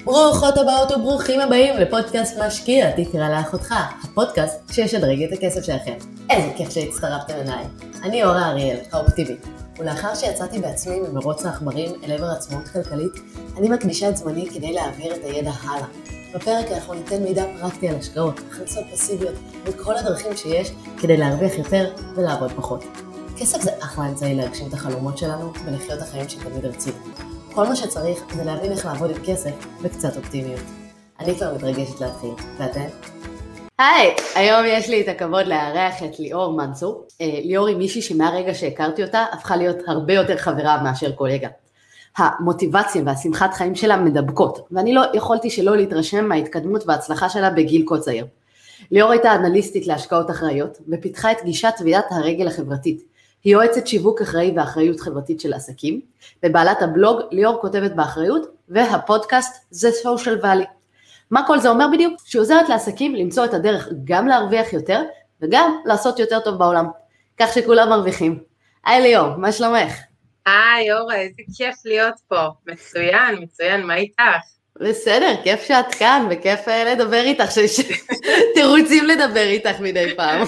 ברוכות הבאות וברוכים הבאים לפודקאסט משקיע, תקרא לאחותך, הפודקאסט שישדרג את הכסף שלכם. איזה כיף שהצטרפתם אליי. אני אורה אריאל, האופטימית, ולאחר שיצאתי בעצמי ממרוץ העכברים אל עבר עצמאות כלכלית, אני מקדישה את זמני כדי להעביר את הידע הלאה. בפרק אנחנו ניתן מידע פרקטי על השקעות, הכנסות פסיביות וכל הדרכים שיש כדי להרוויח יותר ולעבוד פחות. כסף זה אחלה אמצעי להגשים את החלומות שלנו ולחיות החיים שתמיד רצינו. כל מה שצריך זה להבין איך לעבוד עם כסף וקצת אופטימיות. אני כבר מתרגשת להתחיל, ואתן? היי, היום יש לי את הכבוד לארח את ליאור מנצור. ליאור היא מישהי שמהרגע שהכרתי אותה הפכה להיות הרבה יותר חברה מאשר קולגה. המוטיבציה והשמחת חיים שלה מדבקות, ואני לא יכולתי שלא להתרשם מההתקדמות וההצלחה שלה בגיל כה צעיר. ליאור הייתה אנליסטית להשקעות אחראיות, ופיתחה את גישת טביעת הרגל החברתית. היא יועצת שיווק אחראי ואחריות חברתית של עסקים, ובעלת הבלוג ליאור כותבת באחריות, והפודקאסט זה Social Valley. מה כל זה אומר בדיוק? שהיא עוזרת לעסקים למצוא את הדרך גם להרוויח יותר, וגם לעשות יותר טוב בעולם. כך שכולם מרוויחים. היי ליאור, מה שלומך? היי אורה, איזה כיף להיות פה. מצוין, מה איתך? בסדר, כיף שאת כאן, וכיף לדבר איתך, תירוצים לדבר איתך מדי פעם.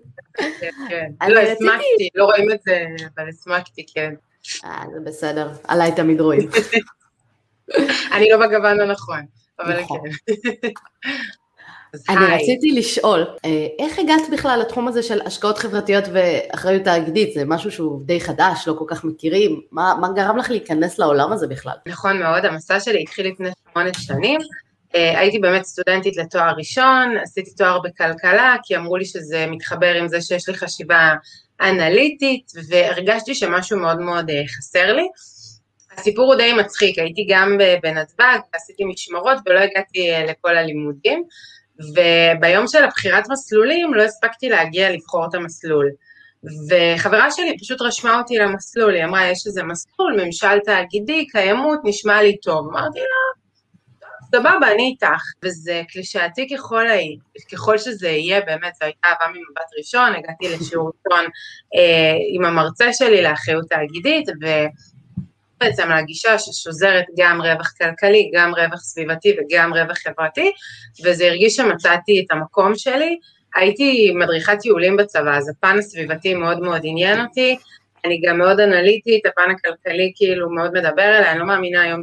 כן, לא הסמקתי, לא רואים את זה, אבל הסמקתי, כן. זה בסדר, עליי תמיד רואים. אני לא בגוון הנכון, אבל כן. אני רציתי לשאול, איך הגעת בכלל לתחום הזה של השקעות חברתיות ואחריות תאגידית? זה משהו שהוא די חדש, לא כל כך מכירים, מה גרם לך להיכנס לעולם הזה בכלל? נכון מאוד, המסע שלי התחיל לפני 8 שנים, הייתי באמת סטודנטית לתואר ראשון, עשיתי תואר בכלכלה, כי אמרו לי שזה מתחבר עם זה שיש לי חשיבה אנליטית, והרגשתי שמשהו מאוד מאוד חסר לי. הסיפור הוא די מצחיק, הייתי גם בנתב"ג, עשיתי משמרות ולא הגעתי לכל הלימודים, וביום של הבחירת מסלולים לא הספקתי להגיע לבחור את המסלול. וחברה שלי פשוט רשמה אותי למסלול, היא אמרה, יש איזה מסלול, ממשל תאגידי, קיימות, נשמע לי טוב. אמרתי לה, סבבה, אני איתך. וזה קלישאתי ככל שזה יהיה, באמת, זו הייתה אהבה ממבט ראשון, הגעתי לשיעור ראשון עם המרצה שלי לאחריות תאגידית, ובעצם להגישה ששוזרת גם רווח כלכלי, גם רווח סביבתי וגם רווח חברתי, וזה הרגיש שמצאתי את המקום שלי. הייתי מדריכת טיולים בצבא, אז הפן הסביבתי מאוד מאוד עניין אותי, אני גם מאוד אנליטית, הפן הכלכלי כאילו מאוד מדבר אליי, אני לא מאמינה היום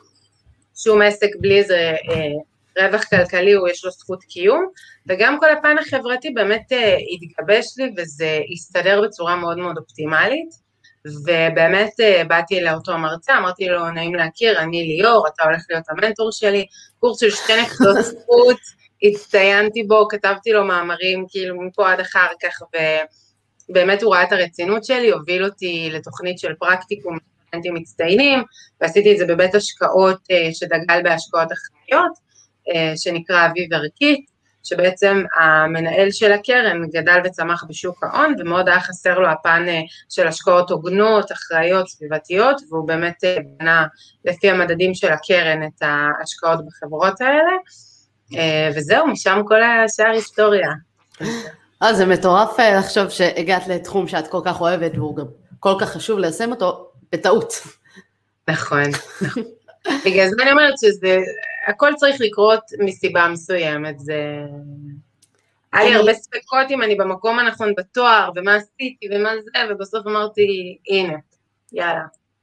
ששום עסק בלי איזה רווח כלכלי, יש לו זכות קיום, וגם כל הפן החברתי באמת התגבש לי, וזה הסתדר בצורה מאוד מאוד אופטימלית, ובאמת באתי לאותו מרצה, אמרתי לו, נעים להכיר, אני ליאור, אתה הולך להיות המנטור שלי, קורס של 2 נקודות זכות, הצטיינתי בו, כתבתי לו מאמרים, כאילו מפה עד אחר כך, ובאמת הוא ראה את הרצינות שלי, הוביל אותי לתוכנית של פרקטיקום, סטודנטים מצטיינים, ועשיתי את זה בבית השקעות שדגל בהשקעות אחראיות, שנקרא אביב ערכית, שבעצם המנהל של הקרן גדל וצמח בשוק ההון, ומאוד היה חסר לו הפן של השקעות הוגנות, אחראיות, סביבתיות, והוא באמת בנה לפי המדדים של הקרן את ההשקעות בחברות האלה, וזהו, משם כל השאר היסטוריה. זה מטורף לחשוב שהגעת לתחום שאת כל כך אוהבת, והוא גם כל כך חשוב ליישם אותו בטעות. נכון. בגלל זה אני אומרת שזה, הכל צריך לקרות מסיבה מסוימת, היה לי הרבה ספקות אם אני במקום הנכון בתואר, ומה עשיתי ומה זה, ובסוף אמרתי, הנה, יאללה.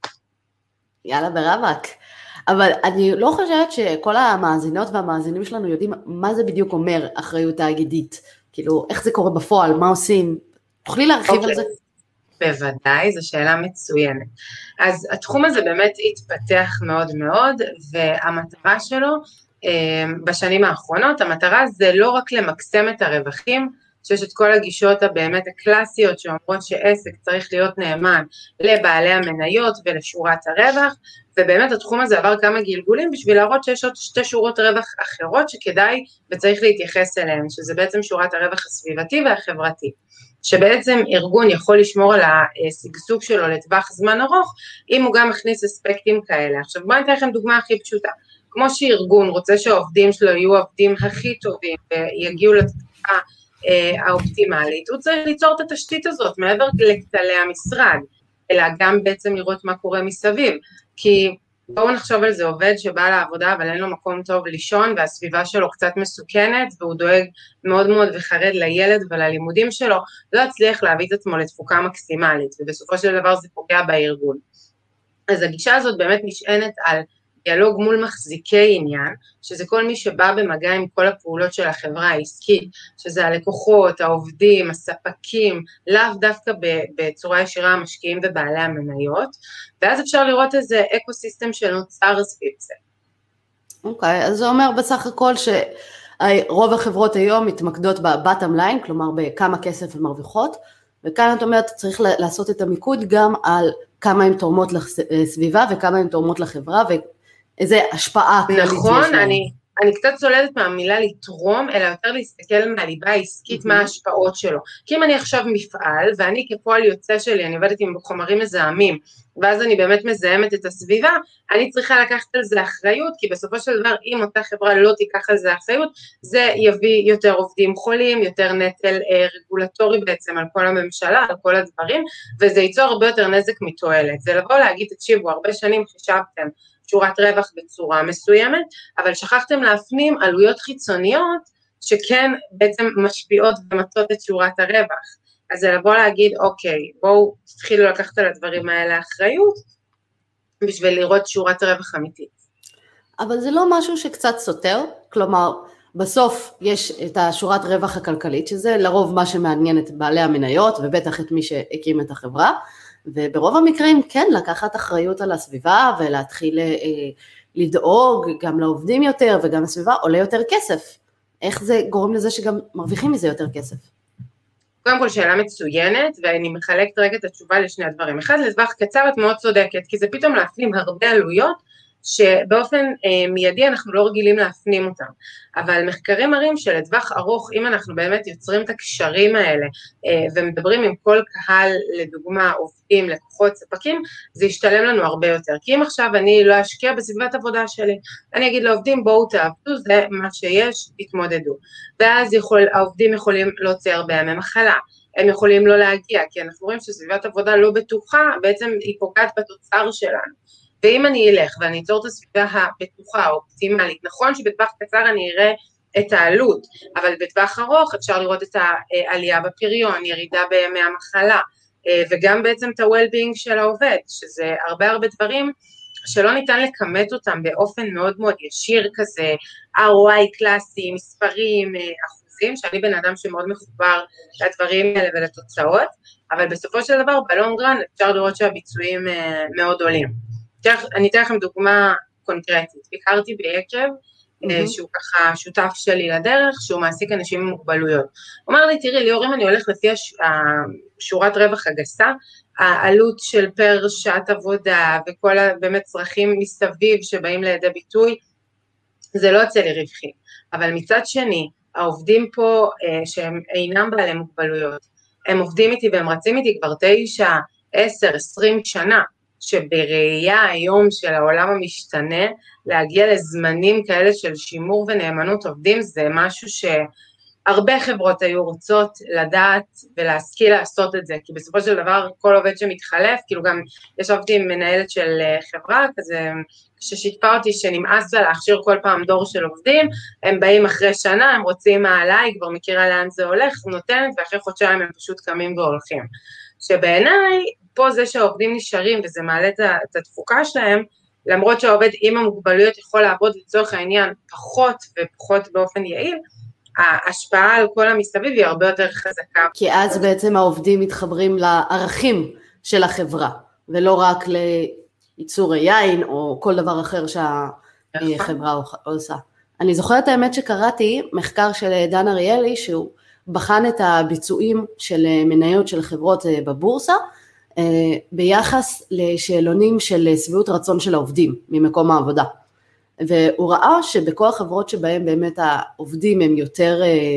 יאללה ברבק. אבל אני לא חושבת שכל המאזינות והמאזינים שלנו יודעים מה זה בדיוק אומר אחריות תאגידית, כאילו איך זה קורה בפועל, מה עושים, תוכלי להרחיב על זה? בוודאי, זו שאלה מצוינת. אז התחום הזה באמת התפתח מאוד מאוד, והמטרה שלו בשנים האחרונות, המטרה זה לא רק למקסם את הרווחים, שיש את כל הגישות הבאמת הקלאסיות שאומרות שעסק צריך להיות נאמן לבעלי המניות ולשורת הרווח, ובאמת התחום הזה עבר כמה גלגולים בשביל להראות שיש עוד 2 שורות רווח אחרות שכדאי וצריך להתייחס אליהן, שזה בעצם שורת הרווח הסביבתי והחברתי, שבעצם ארגון יכול לשמור על השגשוג שלו לטווח זמן ארוך, אם הוא גם מכניס אספקטים כאלה. עכשיו בואו ניתן לכם דוגמה הכי פשוטה, כמו שארגון רוצה שהעובדים שלו יהיו העובדים הכי טובים ויגיעו לתקופה האופטימלית, הוא צריך ליצור את התשתית הזאת מעבר לכתלי המשרד, אלא גם בעצם לראות מה קורה מסביב, כי בואו נחשוב על זה, עובד שבא לעבודה אבל אין לו מקום טוב לישון והסביבה שלו קצת מסוכנת והוא דואג מאוד מאוד וחרד לילד וללימודים שלו, לא יצליח להביא את עצמו לתפוקה מקסימלית ובסופו של דבר זה פוגע בארגון. אז הגישה הזאת באמת נשענת על דיאלוג מול מחזיקי עניין, שזה כל מי שבא במגע עם כל הפעולות של החברה העסקית, שזה הלקוחות, העובדים, הספקים, לאו דווקא בצורה ישירה המשקיעים ובעלי המניות, ואז אפשר לראות איזה אקוסיסטם שנוצר סביב זה. אוקיי, אז זה אומר בסך הכל שרוב החברות היום מתמקדות בבטם ליין, כלומר בכמה כסף הן מרוויחות, וכאן את אומרת צריך לעשות את המיקוד גם על כמה הן תורמות לסביבה וכמה הן תורמות לחברה ואיזה השפעה כללית יש להם. נכון, אני קצת צולדת מהמילה לתרום, אלא יותר להסתכל מהליבה העסקית, מה ההשפעות שלו. כי אם אני עכשיו מפעל, ואני כפועל יוצא שלי, אני עובדת עם חומרים מזהמים, ואז אני באמת מזהמת את הסביבה, אני צריכה לקחת על זה אחריות, כי בסופו של דבר, אם אותה חברה לא תיקח על זה אחריות, זה יביא יותר עובדים חולים, יותר נטל רגולטורי בעצם על כל הממשלה, על כל הדברים, וזה ייצור הרבה יותר נזק מתועלת. זה לבוא להגיד, תקשיבו, הרבה שנים חישבתם, שורת רווח בצורה מסוימת, אבל שכחתם להפנים עלויות חיצוניות שכן בעצם משפיעות ומטות את שורת הרווח. אז זה לבוא להגיד, אוקיי, בואו תתחילו לקחת על הדברים האלה אחריות, בשביל לראות שורת רווח אמיתית. אבל זה לא משהו שקצת סותר, כלומר, בסוף יש את השורת רווח הכלכלית, שזה לרוב מה שמעניין את בעלי המניות, ובטח את מי שהקים את החברה, וברוב המקרים כן לקחת אחריות על הסביבה ולהתחיל לדאוג גם לעובדים יותר וגם הסביבה עולה יותר כסף. איך זה גורם לזה שגם מרוויחים מזה יותר כסף? קודם כל שאלה מצוינת ואני מחלקת רגע את התשובה לשני הדברים. אחד, לטווח קצר את מאוד צודקת, כי זה פתאום להפנים הרבה עלויות שבאופן מיידי אנחנו לא רגילים להפנים אותם, אבל מחקרים מראים שלטווח ארוך, אם אנחנו באמת יוצרים את הקשרים האלה, ומדברים עם כל קהל, לדוגמה עובדים, לקוחות, ספקים, זה ישתלם לנו הרבה יותר, כי אם עכשיו אני לא אשקיע בסביבת עבודה שלי, אני אגיד לעובדים בואו תעבדו, זה מה שיש, תתמודדו, ואז העובדים יכולים להוציא הרבה ימי מחלה, הם יכולים לא להגיע, כי אנחנו רואים שסביבת עבודה לא בטוחה, בעצם היא פוגעת בתוצר שלנו, ואם אני אלך ואני אצור את הסביבה הבטוחה, האופטימלית, נכון שבטווח קצר אני אראה את העלות, אבל בטווח ארוך אפשר לראות את העלייה בפריון, ירידה בימי המחלה, וגם בעצם את ה-well-being של העובד, שזה הרבה דברים שלא ניתן לכמת אותם באופן מאוד מאוד ישיר כזה, ROI קלאסי, מספרים, אחוזים, שאני בן אדם שמאוד מחובר לדברים האלה ולתוצאות, אבל בסופו של דבר בלונגרן אפשר לראות שהביצועים מאוד עולים. אני אתן לכם דוגמה קונקרטית, ביקרתי ביקב, שהוא ככה שותף שלי לדרך, שהוא מעסיק אנשים עם מוגבלויות. הוא אמר לי, תראי, ליאור, אם אני הולך לפי שורת רווח הגסה, העלות של פר שעת עבודה, וכל באמת צרכים מסביב שבאים לידי ביטוי, זה לא יוצא לי רווחי. אבל מצד שני, העובדים פה שהם אינם בעלי מוגבלויות, הם עובדים איתי והם רצים איתי כבר 9, 10, 20 שנה, שבראייה היום של העולם המשתנה, להגיע לזמנים כאלה של שימור ונאמנות עובדים, זה משהו שהרבה חברות היו רוצות לדעת ולהשכיל לעשות את זה, כי בסופו של דבר כל עובד שמתחלף, כאילו גם ישבתי עם מנהלת של חברה, כזה ששיתפה אותי שנמאס לה להכשיר כל פעם דור של עובדים, הם באים אחרי שנה, הם רוצים מעלה, היא כבר מכירה לאן זה הולך, נותנת, ואחרי חודשיים הם פשוט קמים והולכים. שבעיניי, פה זה שהעובדים נשארים וזה מעלה את התפוקה שלהם, למרות שהעובד עם המוגבלויות יכול לעבוד לצורך העניין פחות ופחות באופן יעיל, ההשפעה על כל המסביב היא הרבה יותר חזקה. כי אז בעצם העובדים מתחברים לערכים של החברה, ולא רק לייצור היין או כל דבר אחר שהחברה עושה. אני זוכרת האמת שקראתי מחקר של דן אריאלי, שהוא בחן את הביצועים של מניות של חברות בבורסה, ביחס לשאלונים של שביעות רצון של העובדים ממקום העבודה. והוא ראה שבכל החברות שבהם באמת העובדים הם יותר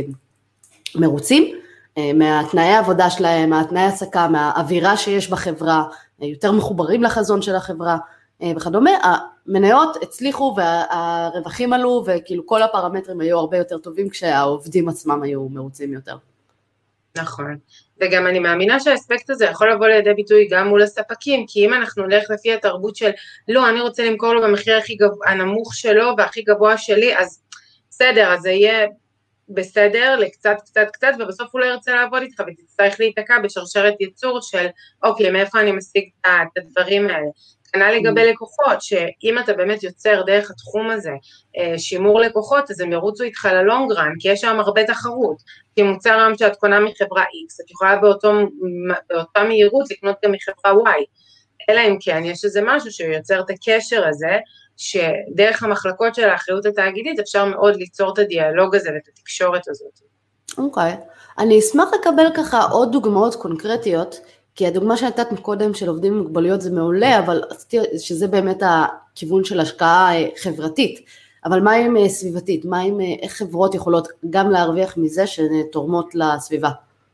מרוצים, מהתנאי העבודה שלהם, מהתנאי העסקה, מהאווירה שיש בחברה, יותר מחוברים לחזון של החברה וכדומה, המניות הצליחו והרווחים עלו, וכאילו כל הפרמטרים היו הרבה יותר טובים כשהעובדים עצמם היו מרוצים יותר. נכון. וגם אני מאמינה שהאספקט הזה יכול לבוא לידי ביטוי גם מול הספקים, כי אם אנחנו נלך לפי התרבות של, לא, אני רוצה למכור לו במחיר הנמוך שלו והכי גבוה שלי, אז בסדר, אז זה יהיה בסדר, לקצת, קצת, קצת, ובסוף הוא לא ירצה לעבוד איתך, ותצטרך להיתקע בשרשרת ייצור של, אוקיי, מאיפה אני משיג את הדברים האלה. כנ"ל לגבי לקוחות, שאם אתה באמת יוצר דרך התחום הזה, שימור לקוחות, אז הם ירוצו איתך ללונגרן, כי יש שם הרבה תחרות, כי מוצר היום שאת קונה מחברה X, את יכולה באותה מהירות לקנות גם מחברה Y, אלא אם כן, יש איזה משהו שיוצר את הקשר הזה, שדרך המחלקות של האחריות התאגידית אפשר מאוד ליצור את הדיאלוג הזה ואת התקשורת הזאת. אוקיי. אני אשמח לקבל ככה עוד דוגמאות קונקרטיות, כי הדוגמה שנתת מקודם של עובדים עם מוגבלויות זה מעולה, אבל שזה באמת הכיוון של השקעה חברתית. אבל מה עם סביבתית? מה עם איך חברות יכולות גם להרוויח מזה שתורמות לסביבה?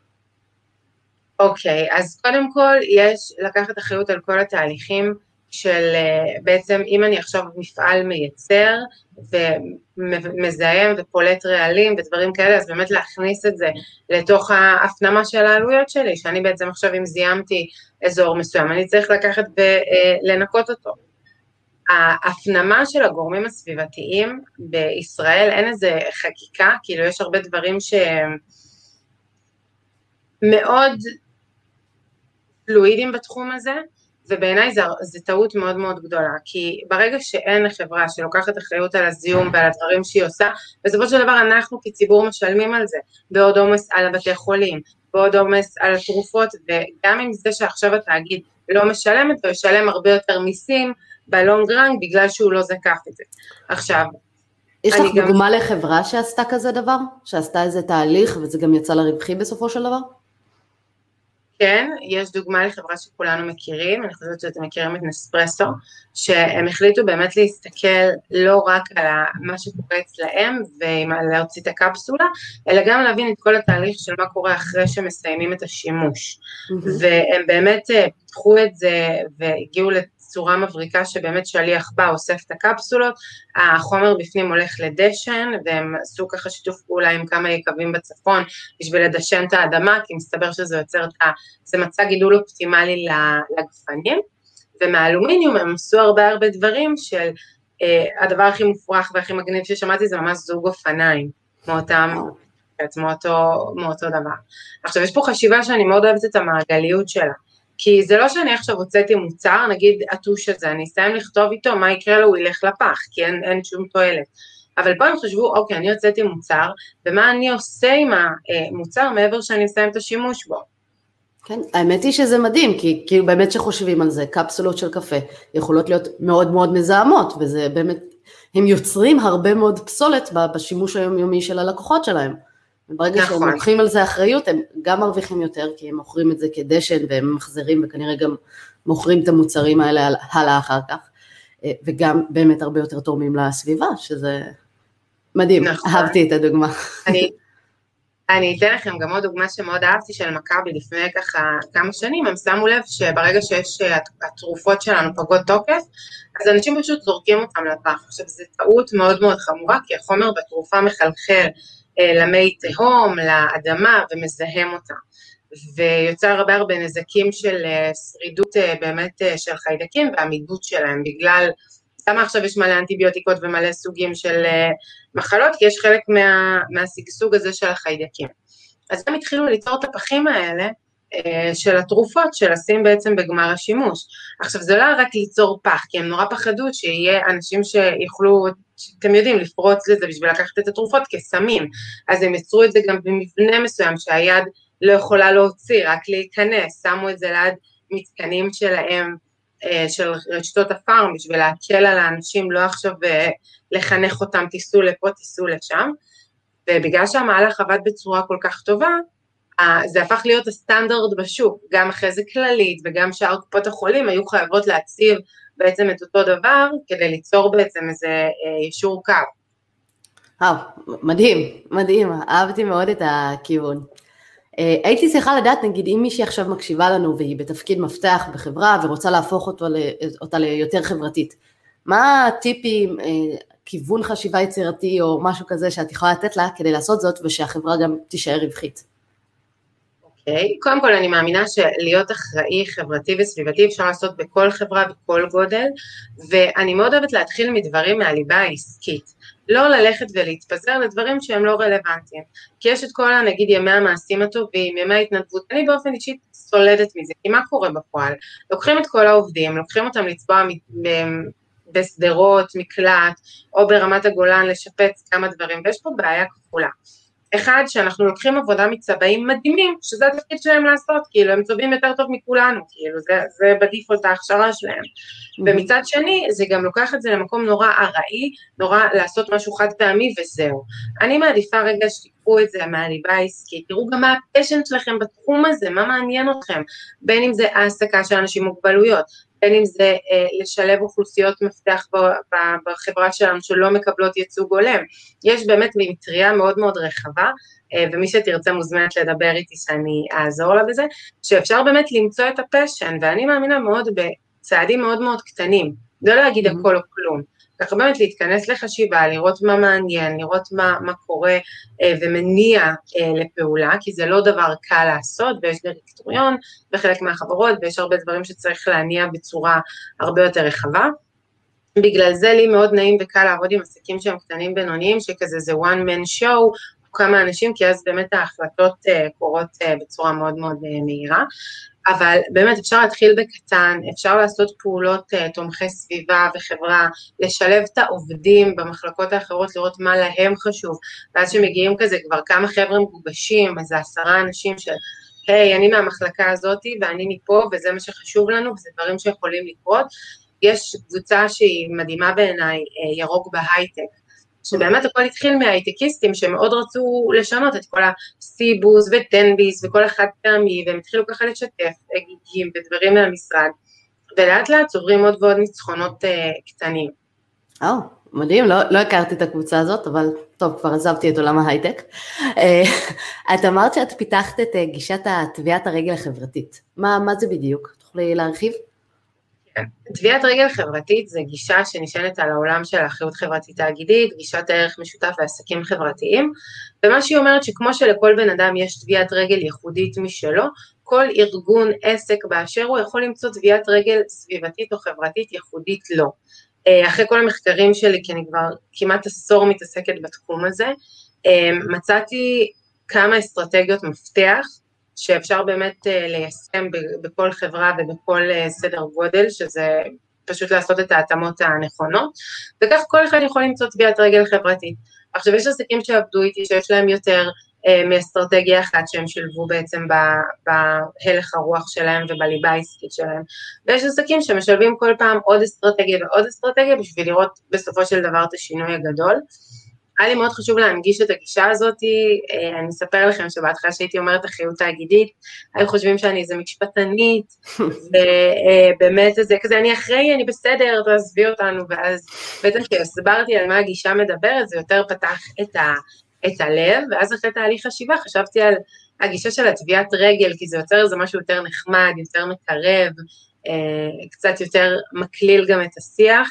אוקיי, אז קודם כל יש לקחת אחריות על כל התהליכים של בעצם אם אני עכשיו מפעל מייצר ומזהם ופולט רעלים ודברים כאלה, אז באמת להכניס את זה לתוך ההפנמה של העלויות שלי, שאני בעצם עכשיו אם זיהמתי אזור מסוים, אני צריך לקחת ולנקות אותו. ההפנמה של הגורמים הסביבתיים בישראל, אין איזה חקיקה, כאילו יש הרבה דברים שמאוד פלואידים בתחום הזה, ובעיניי זה טעות מאוד מאוד גדולה, כי ברגע שאין חברה שלוקחת אחריות על הזיהום ועל הדברים שהיא עושה, בסופו של דבר אנחנו כציבור משלמים על זה, בעוד עומס על הבתי חולים, בעוד עומס על התרופות, וגם עם זה שעכשיו התאגיד לא משלם את זה, הוא ישלם הרבה יותר מיסים בלונגרנד, בגלל שהוא לא זקף את זה. עכשיו, יש לך דוגמה לחברה שעשתה כזה דבר? שעשתה איזה תהליך וזה גם יצא לרווחי בסופו של דבר? כן, יש דוגמה לחברה שכולנו מכירים, אני חושבת שאתם מכירים את נספרסו, שהם החליטו באמת להסתכל לא רק על מה שקורה אצלהם, ולהוציא את הקפסולה, אלא גם להבין את כל התהליך של מה קורה אחרי שמסיימים את השימוש. והם באמת פיתחו את זה והגיעו צורה מבריקה שבאמת שליח בא, אוסף את הקפסולות, החומר בפנים הולך לדשן, והם עשו ככה שיתוף פעולה עם כמה יקבים בצפון, בשביל לדשן את האדמה, כי מסתבר שזה יוצר זה מצא גידול אופטימלי לגפנים, ומהאלומיניום הם עשו הרבה דברים של, הדבר הכי מופרך והכי מגניב ששמעתי, זה ממש זוג אופניים, מאותו דבר. עכשיו, יש פה חשיבה שאני מאוד אוהבת את המעגליות שלה, כי זה לא שאני עכשיו הוצאתי מוצר, נגיד הטוש הזה, אני אסיים לכתוב איתו, מה יקרה לו, הוא ילך לפח, כי אין שום תועלת. אבל פה הם חשבו, אוקיי, אני הוצאתי מוצר, ומה אני עושה עם המוצר מעבר שאני אסיים את השימוש בו? כן, האמת היא שזה מדהים, כי כאילו באמת שחושבים על זה, קפסולות של קפה יכולות להיות מאוד מאוד מזהמות, וזה באמת, הם יוצרים הרבה מאוד פסולת בשימוש היומיומי של הלקוחות שלהם. וברגע שהם לוקחים על זה אחריות, הם גם מרוויחים יותר, כי הם מוכרים את זה כדשן, והם מחזרים, וכנראה גם מוכרים את המוצרים האלה הלאה אחר כך, וגם באמת הרבה יותר תורמים לסביבה, שזה מדהים, אהבתי את הדוגמה. אני אתן לכם גם עוד דוגמה שמאוד אהבתי של מכבי לפני ככה כמה שנים, הם שמו לב שברגע שיש התרופות שלנו פגות תוקף, אז אנשים פשוט זורקים אותם לפח. עכשיו זו טעות מאוד מאוד חמורה, כי החומר בתרופה מחלחל למי תהום, לאדמה ומזהם אותה, ויוצר הרבה נזקים של שרידות באמת של חיידקים ועמידות שלהם, בגלל למה עכשיו יש מלא אנטיביוטיקות ומלא סוגים של מחלות, כי יש חלק מהסגסוג הזה של החיידקים. אז הם התחילו ליצור את הפחים האלה של התרופות, של לשים בעצם בגמר השימוש. עכשיו זה לא רק ליצור פח, כי הם נורא פחדו שיהיה אנשים שיוכלו, אתם יודעים, לפרוץ לזה בשביל לקחת את התרופות כסמים, אז הם יצרו את זה גם במבנה מסוים שהיד לא יכולה להוציא, רק להיכנס, שמו את זה ליד מתקנים שלהם, של רשתות הפארם, בשביל להקל על האנשים, לא עכשיו לחנך אותם, תיסעו לפה, תיסעו לשם, ובגלל שהמהלך עבד בצורה כל כך טובה, זה הפך להיות הסטנדרט בשוק, גם אחרי זה כללית, וגם שאר קופות החולים היו חייבות להציב בעצם את אותו דבר, כדי ליצור בעצם איזה ישור קו. מדהים, מדהים, אהבתי מאוד את הכיוון. הייתי צריכה לדעת, נגיד, אם מישהי עכשיו מקשיבה לנו, והיא בתפקיד מפתח בחברה, ורוצה להפוך אותה ליותר חברתית, מה הטיפים, כיוון חשיבה יצירתי, או משהו כזה שאת יכולה לתת לה, כדי לעשות זאת, ושהחברה גם תישאר רווחית? אוקיי, קודם כל אני מאמינה שלהיות אחראי חברתי וסביבתי אפשר לעשות בכל חברה, בכל גודל, ואני מאוד אוהבת להתחיל מדברים מהליבה העסקית, לא ללכת ולהתפזר לדברים שהם לא רלוונטיים, כי יש את כל נגיד ימי המעשים הטובים, ימי ההתנדבות, אני באופן אישית סולדת מזה, כי מה קורה בפועל? לוקחים את כל העובדים, לוקחים אותם לצבוע בסדרות, מקלט, או ברמת הגולן לשפץ כמה דברים, ויש פה בעיה כפולה. אחד, שאנחנו לוקחים עבודה מצבעים מדהימים, שזה התפקיד שלהם לעשות, כאילו, הם צובעים יותר טוב מכולנו, כאילו, זה בדיפולט ההכשרה שלהם. ומצד שני, זה גם לוקח את זה למקום נורא ארעי, נורא לעשות משהו חד פעמי וזהו. אני מעדיפה רגע שתיקחו את זה מהליבה העסקית, תראו גם מה הפשן שלכם בתחום הזה, מה מעניין אתכם, בין אם זה העסקה של אנשים מוגבלויות, בין אם זה לשלב אוכלוסיות מפתח בחברה שלנו שלא מקבלות ייצוג הולם. יש באמת מטריה מאוד מאוד רחבה, ומי שתרצה מוזמנת לדבר איתי שאני אעזור לה בזה, שאפשר באמת למצוא את הפשן, ואני מאמינה מאוד בצעדים מאוד מאוד קטנים, לא להגיד הכל או כלום, ככה באמת להתכנס לחשיבה, לראות מה מעניין, לראות מה קורה ומניע לפעולה, כי זה לא דבר קל לעשות, ויש דירקטוריון בחלק מהחברות, ויש הרבה דברים שצריך להניע בצורה הרבה יותר רחבה. בגלל זה לי מאוד נעים וקל לעבוד עם עסקים שהם קטנים בינוניים, שכזה זה one man show, כמה אנשים, כי אז באמת ההחלטות קורות בצורה מאוד מאוד מהירה. אבל באמת אפשר להתחיל בקטן, אפשר לעשות פעולות תומכי סביבה וחברה, לשלב את העובדים במחלקות האחרות, לראות מה להם חשוב, ואז שמגיעים כזה כבר כמה חבר'ה מגובשים, איזה 10 אנשים של, היי, אני מהמחלקה הזאת ואני מפה וזה מה שחשוב לנו, וזה דברים שיכולים לקרות. יש קבוצה שהיא מדהימה בעיניי, ירוק בהייטק, שבאמת הכל התחיל מההייטקיסטים שמאוד רצו לשנות את כל הסיבוס וטנביס וכל אחד פעמי, והם התחילו ככה לשתף גיגים ודברים מהמשרד, ולאט לאט צוברים עוד ועוד ניצחונות קטנים. מדהים, לא הכרתי את הקבוצה הזאת, אבל טוב, כבר עזבתי את עולם ההייטק. את אמרת שאת פיתחת את גישת טביעת הרגל החברתית. מה זה בדיוק? תוכלי להרחיב? טביעת רגל חברתית זה גישה שנשענת על העולם של האחריות חברתית תאגידית, גישת הערך משותף ועסקים חברתיים, ומה שהיא אומרת שכמו שלכל בן אדם יש טביעת רגל ייחודית משלו, כל ארגון עסק באשר הוא יכול למצוא טביעת רגל סביבתית או חברתית ייחודית לו. אחרי כל המחקרים שלי, כי אני כבר כמעט עשור מתעסקת בתחום הזה, מצאתי כמה אסטרטגיות מפתח, שאפשר באמת ליישם בכל חברה ובכל סדר גודל, שזה פשוט לעשות את ההתאמות הנכונות, וכך כל אחד יכול למצוא טביעת רגל חברתית. עכשיו יש עסקים שעבדו איתי שיש להם יותר מאסטרטגיה אחת שהם שילבו בעצם בהלך הרוח שלהם ובליבה העסקית שלהם, ויש עסקים שמשלבים כל פעם עוד אסטרטגיה ועוד אסטרטגיה בשביל לראות בסופו של דבר את השינוי הגדול. היה לי מאוד חשוב להנגיש את הגישה הזאת, אני אספר לכם שבהתחלה שהייתי אומרת אחריות תאגידית, היו חושבים שאני איזה משפטנית, ובאמת זה כזה, אני אחראי, אני בסדר, תעזבי אותנו, ואז בעצם כשהסברתי על מה הגישה מדברת, זה יותר פתח את הלב, ואז אחרי תהליך חשיבה חשבתי על הגישה של הטביעת רגל, כי זה יוצר איזה משהו יותר נחמד, יותר מקרב, קצת יותר מקליל גם את השיח,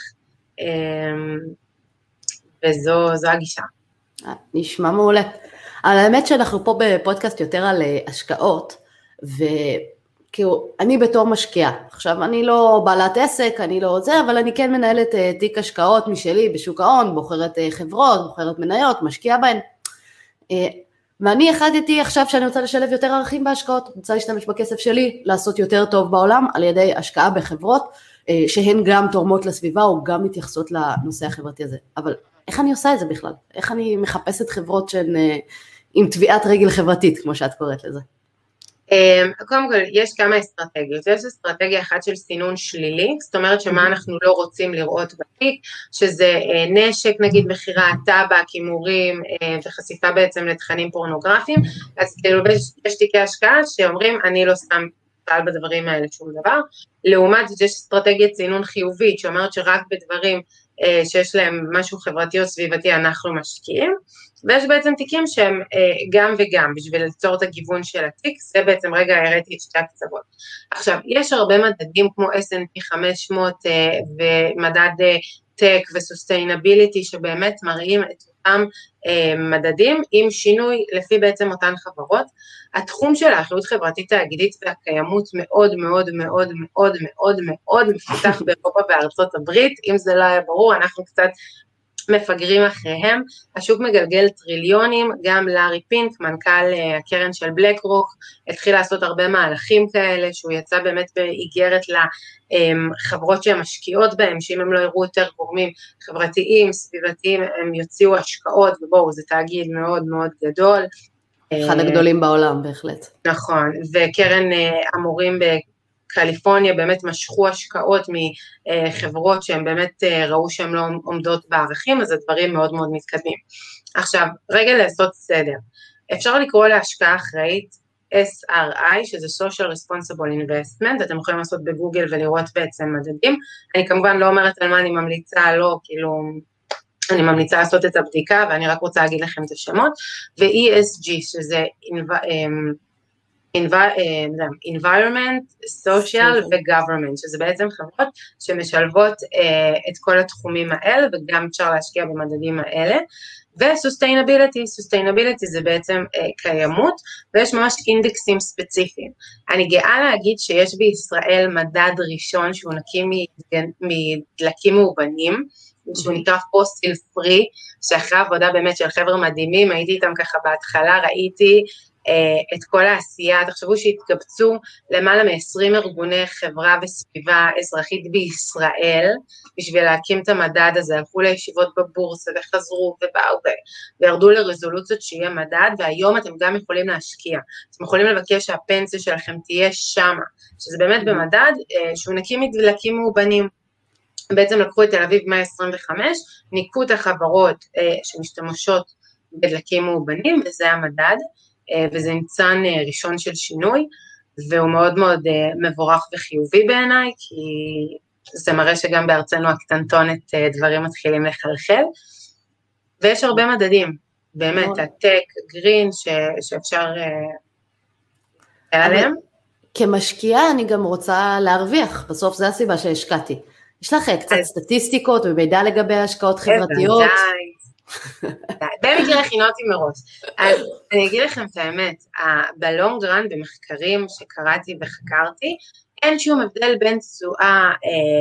וזו הגישה. נשמע מעולה. אבל האמת שאנחנו פה בפודקאסט יותר על השקעות, וכאילו, אני בתור משקיעה, עכשיו אני לא בעלת עסק, אני לא זה, אבל אני כן מנהלת תיק השקעות משלי בשוק ההון, בוחרת חברות, בוחרת מניות, משקיעה בהן, ואני החלטתי עכשיו שאני רוצה לשלב יותר ערכים בהשקעות, רוצה להשתמש בכסף שלי, לעשות יותר טוב בעולם, על ידי השקעה בחברות, שהן גם תורמות לסביבה, או גם מתייחסות לנושא החברתי הזה, אבל איך אני עושה את זה בכלל? איך אני מחפשת חברות שהן עם טביעת רגל חברתית, כמו שאת קוראת לזה? קודם כל, יש כמה אסטרטגיות. יש אסטרטגיה אחת של סינון שלילי, זאת אומרת שמה אנחנו לא רוצים לראות בתיק, שזה נשק, נגיד מחירה, טבק, הימורים, וחשיפה בעצם לתכנים פורנוגרפיים, אז כאילו יש תיקי השקעה שאומרים, אני לא שם פעל בדברים האלה שום דבר, לעומת זאת יש אסטרטגיית סינון חיובית, שאומרת שרק בדברים שיש להם משהו חברתי או סביבתי אנחנו משקיעים, ויש בעצם תיקים שהם גם וגם, בשביל ליצור את הגיוון של התיק, זה בעצם רגע הראיתי את שתי הקצוות. עכשיו, יש הרבה מדדים כמו S&P 500 ומדד טק וסוסטיינביליטי, שבאמת מראים את אותם מדדים עם שינוי לפי בעצם אותן חברות. התחום של האחריות חברתית תאגידית והקיימות מאוד מאוד מאוד מאוד מאוד מאוד מפותח באירופה בארצות הברית, אם זה לא היה ברור, אנחנו קצת מפגרים אחריהם, השוק מגלגל טריליונים, גם לארי פינק, מנכ"ל הקרן של בלק רוק, התחיל לעשות הרבה מהלכים כאלה, שהוא יצא באמת באיגרת לחברות שהן משקיעות בהם, שאם הם לא יראו יותר גורמים חברתיים, סביבתיים, הם יוציאו השקעות, ובואו, זה תאגיד מאוד מאוד גדול. אחד הגדולים בעולם, בהחלט. נכון, וקרן המורים קליפורניה באמת משכו השקעות מחברות שהן באמת ראו שהן לא עומדות בערכים, אז הדברים מאוד מאוד מתקדמים. עכשיו, רגע לעשות סדר. אפשר לקרוא להשקעה אחראית SRI, שזה Social Responsible Investment, אתם יכולים לעשות בגוגל ולראות בעצם מדדים. אני כמובן לא אומרת על מה אני ממליצה, לא, כאילו, אני ממליצה לעשות את הבדיקה, ואני רק רוצה להגיד לכם את השמות, ו-ESG, שזה environment, social ו-government, שזה בעצם חברות שמשלבות את כל התחומים האלה, וגם אפשר להשקיע במדדים האלה, ו-sustainability זה בעצם קיימות, ויש ממש אינדקסים ספציפיים. אני גאה להגיד שיש בישראל מדד ראשון שהוא נקי מדלקים מאובנים, שהוא נקרא פוסיל פרי, שאחרי עבודה באמת של חבר'ה מדהימים, הייתי איתם ככה בהתחלה, ראיתי את כל העשייה, תחשבו שהתקבצו למעלה מ-20 ארגוני חברה וסביבה אזרחית בישראל, בשביל להקים את המדד הזה, הלכו לישיבות בבורסה וחזרו ובאו וירדו לרזולוציות שיהיה מדד, והיום אתם גם יכולים להשקיע, אתם יכולים לבקש שהפנסיה שלכם תהיה שמה, שזה באמת במדד שהוא נקי מדלקים מאובנים, בעצם לקחו את תל אביב 125, ניקו את החברות שמשתמשות בדלקים מאובנים, וזה המדד, וזה ניצן ראשון של שינוי, והוא מאוד מאוד מבורך וחיובי בעיניי, כי זה מראה שגם בארצנו הקטנטונת דברים מתחילים לחלחל, ויש הרבה מדדים, באמת, הטק, גרין, שאפשר עליהם. כמשקיעה אני גם רוצה להרוויח, בסוף זה הסיבה שהשקעתי. יש לך קצת סטטיסטיקות ומידע לגבי השקעות חברתיות? במקרה הכינותי מראש. אז אני אגיד לכם את האמת, בלונג רן במחקרים שקראתי וחקרתי, אין שום הבדל בין תשואה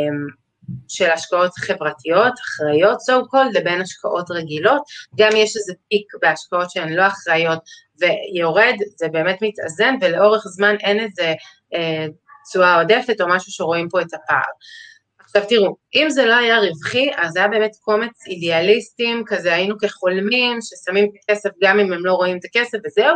של השקעות חברתיות, אחראיות, so called, לבין השקעות רגילות, גם יש איזה פיק בהשקעות שהן לא אחראיות, ויורד, זה באמת מתאזן, ולאורך זמן אין איזה תשואה עודפת, או משהו שרואים פה את הפער. עכשיו תראו, אם זה לא היה רווחי, אז זה היה באמת קומץ אידיאליסטים, כזה היינו כחולמים, ששמים את הכסף גם אם הם לא רואים את הכסף וזהו,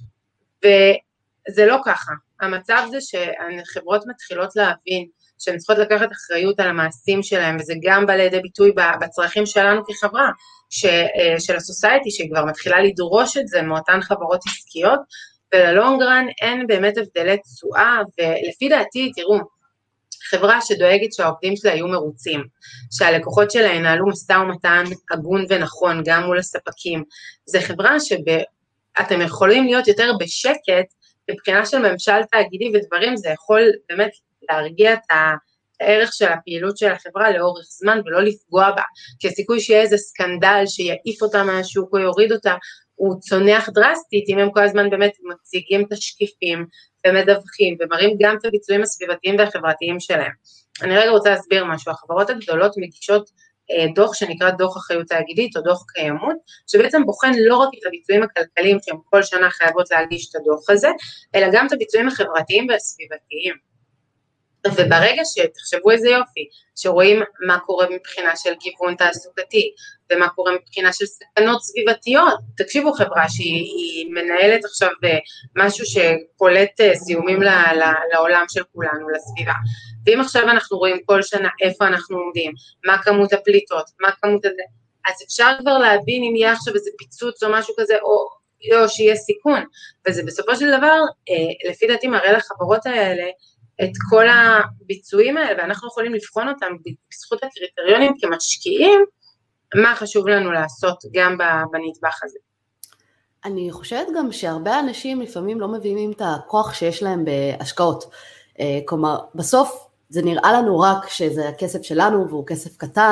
וזה לא ככה. המצב זה שהחברות מתחילות להבין, שהן צריכות לקחת אחריות על המעשים שלהם, וזה גם בא לידי ביטוי בצרכים שלנו כחברה, של הסוסייטי, שכבר מתחילה לדרוש את זה מאותן חברות עסקיות, וללונג רן אין באמת הבדלי תשואה, ולפי דעתי, תראו, חברה שדואגת שהעובדים שלה יהיו מרוצים, שהלקוחות שלה ינהלו משא ומתן הגון ונכון, גם מול הספקים, זה חברה שאתם יכולים להיות יותר בשקט, מבחינה של ממשל תאגידי ודברים, זה יכול באמת להרגיע את הערך של הפעילות של החברה לאורך זמן, ולא לפגוע בה, כי הסיכוי שיהיה איזה סקנדל שיעיף אותה מהשוק או יוריד אותה, הוא צונח דרסטית, אם הם כל הזמן באמת מציגים תשקיפים, ומדווחים, ומראים גם את הביצועים הסביבתיים והחברתיים שלהם. אני רגע רוצה להסביר משהו, החברות הגדולות מגישות דוח שנקרא דוח אחריות תאגידית, או דוח קיימות, שבעצם בוחן לא רק את הביצועים הכלכליים, שהן כל שנה חייבות להגיש את הדוח הזה, אלא גם את הביצועים החברתיים והסביבתיים. וברגע שתחשבו איזה יופי, שרואים מה קורה מבחינה של גיוון תעסוקתי, ומה קורה מבחינה של סכנות סביבתיות, תקשיבו חברה שהיא מנהלת עכשיו משהו שפולט זיהומים לעולם של כולנו, לסביבה, ואם עכשיו אנחנו רואים כל שנה איפה אנחנו עומדים, מה כמות הפליטות, מה כמות הזה, אז אפשר כבר להבין אם יהיה עכשיו איזה פיצוץ או משהו כזה, או שיהיה סיכון, וזה בסופו של דבר, לפי דעתי מראה לחברות האלה, את כל הביצועים האלה, ואנחנו יכולים לבחון אותם בזכות הקריטריונים כמשקיעים, מה חשוב לנו לעשות גם בנדבך הזה. אני חושבת גם שהרבה אנשים לפעמים לא מבינים את הכוח שיש להם בהשקעות, כלומר בסוף זה נראה לנו רק שזה הכסף שלנו והוא כסף קטן,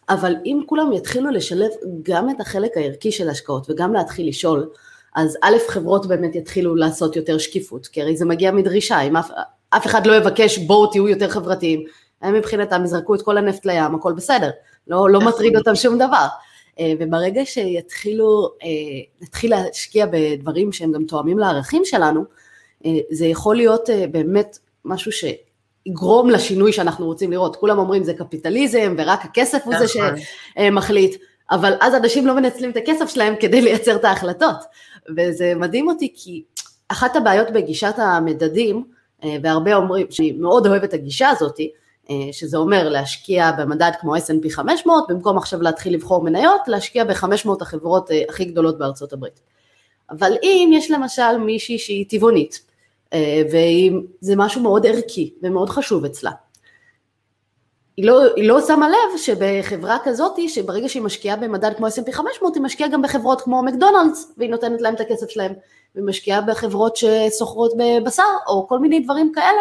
אבל אם כולם יתחילו לשלב גם את החלק הערכי של השקעות, וגם להתחיל לשאול, אז א', חברות באמת יתחילו לעשות יותר שקיפות, כי הרי זה מגיע מדרישה, אם אף אחד לא יבקש בואו תהיו יותר חברתיים, הם מבחינתם יזרקו את כל הנפט לים, הכל בסדר, לא מטריד אותם שום דבר, וברגע נתחיל להשקיע בדברים שהם גם תואמים לערכים שלנו, זה יכול להיות באמת משהו שיגרום לשינוי שאנחנו רוצים לראות, כולם אומרים זה קפיטליזם ורק הכסף הוא זה שמחליט, אבל אז אנשים לא מנצלים את הכסף שלהם כדי לייצר את ההחלטות, וזה מדהים אותי כי אחת הבעיות בגישת המדדים, והרבה אומרים שאני מאוד אוהבת את הגישה הזאת, שזה אומר להשקיע במדד כמו S&P 500, במקום עכשיו להתחיל לבחור מניות, להשקיע ב-500 החברות הכי גדולות בארצות הברית. אבל אם יש למשל מישהי שהיא טבעונית, וזה משהו מאוד ערכי ומאוד חשוב אצלה, היא לא שמה לב שבחברה כזאת, שברגע שהיא משקיעה במדד כמו S&P 500, היא משקיעה גם בחברות כמו מקדונלדס, והיא נותנת להם את הכסף שלהם, והיא משקיעה בחברות שסוחרות בבשר, או כל מיני דברים כאלה,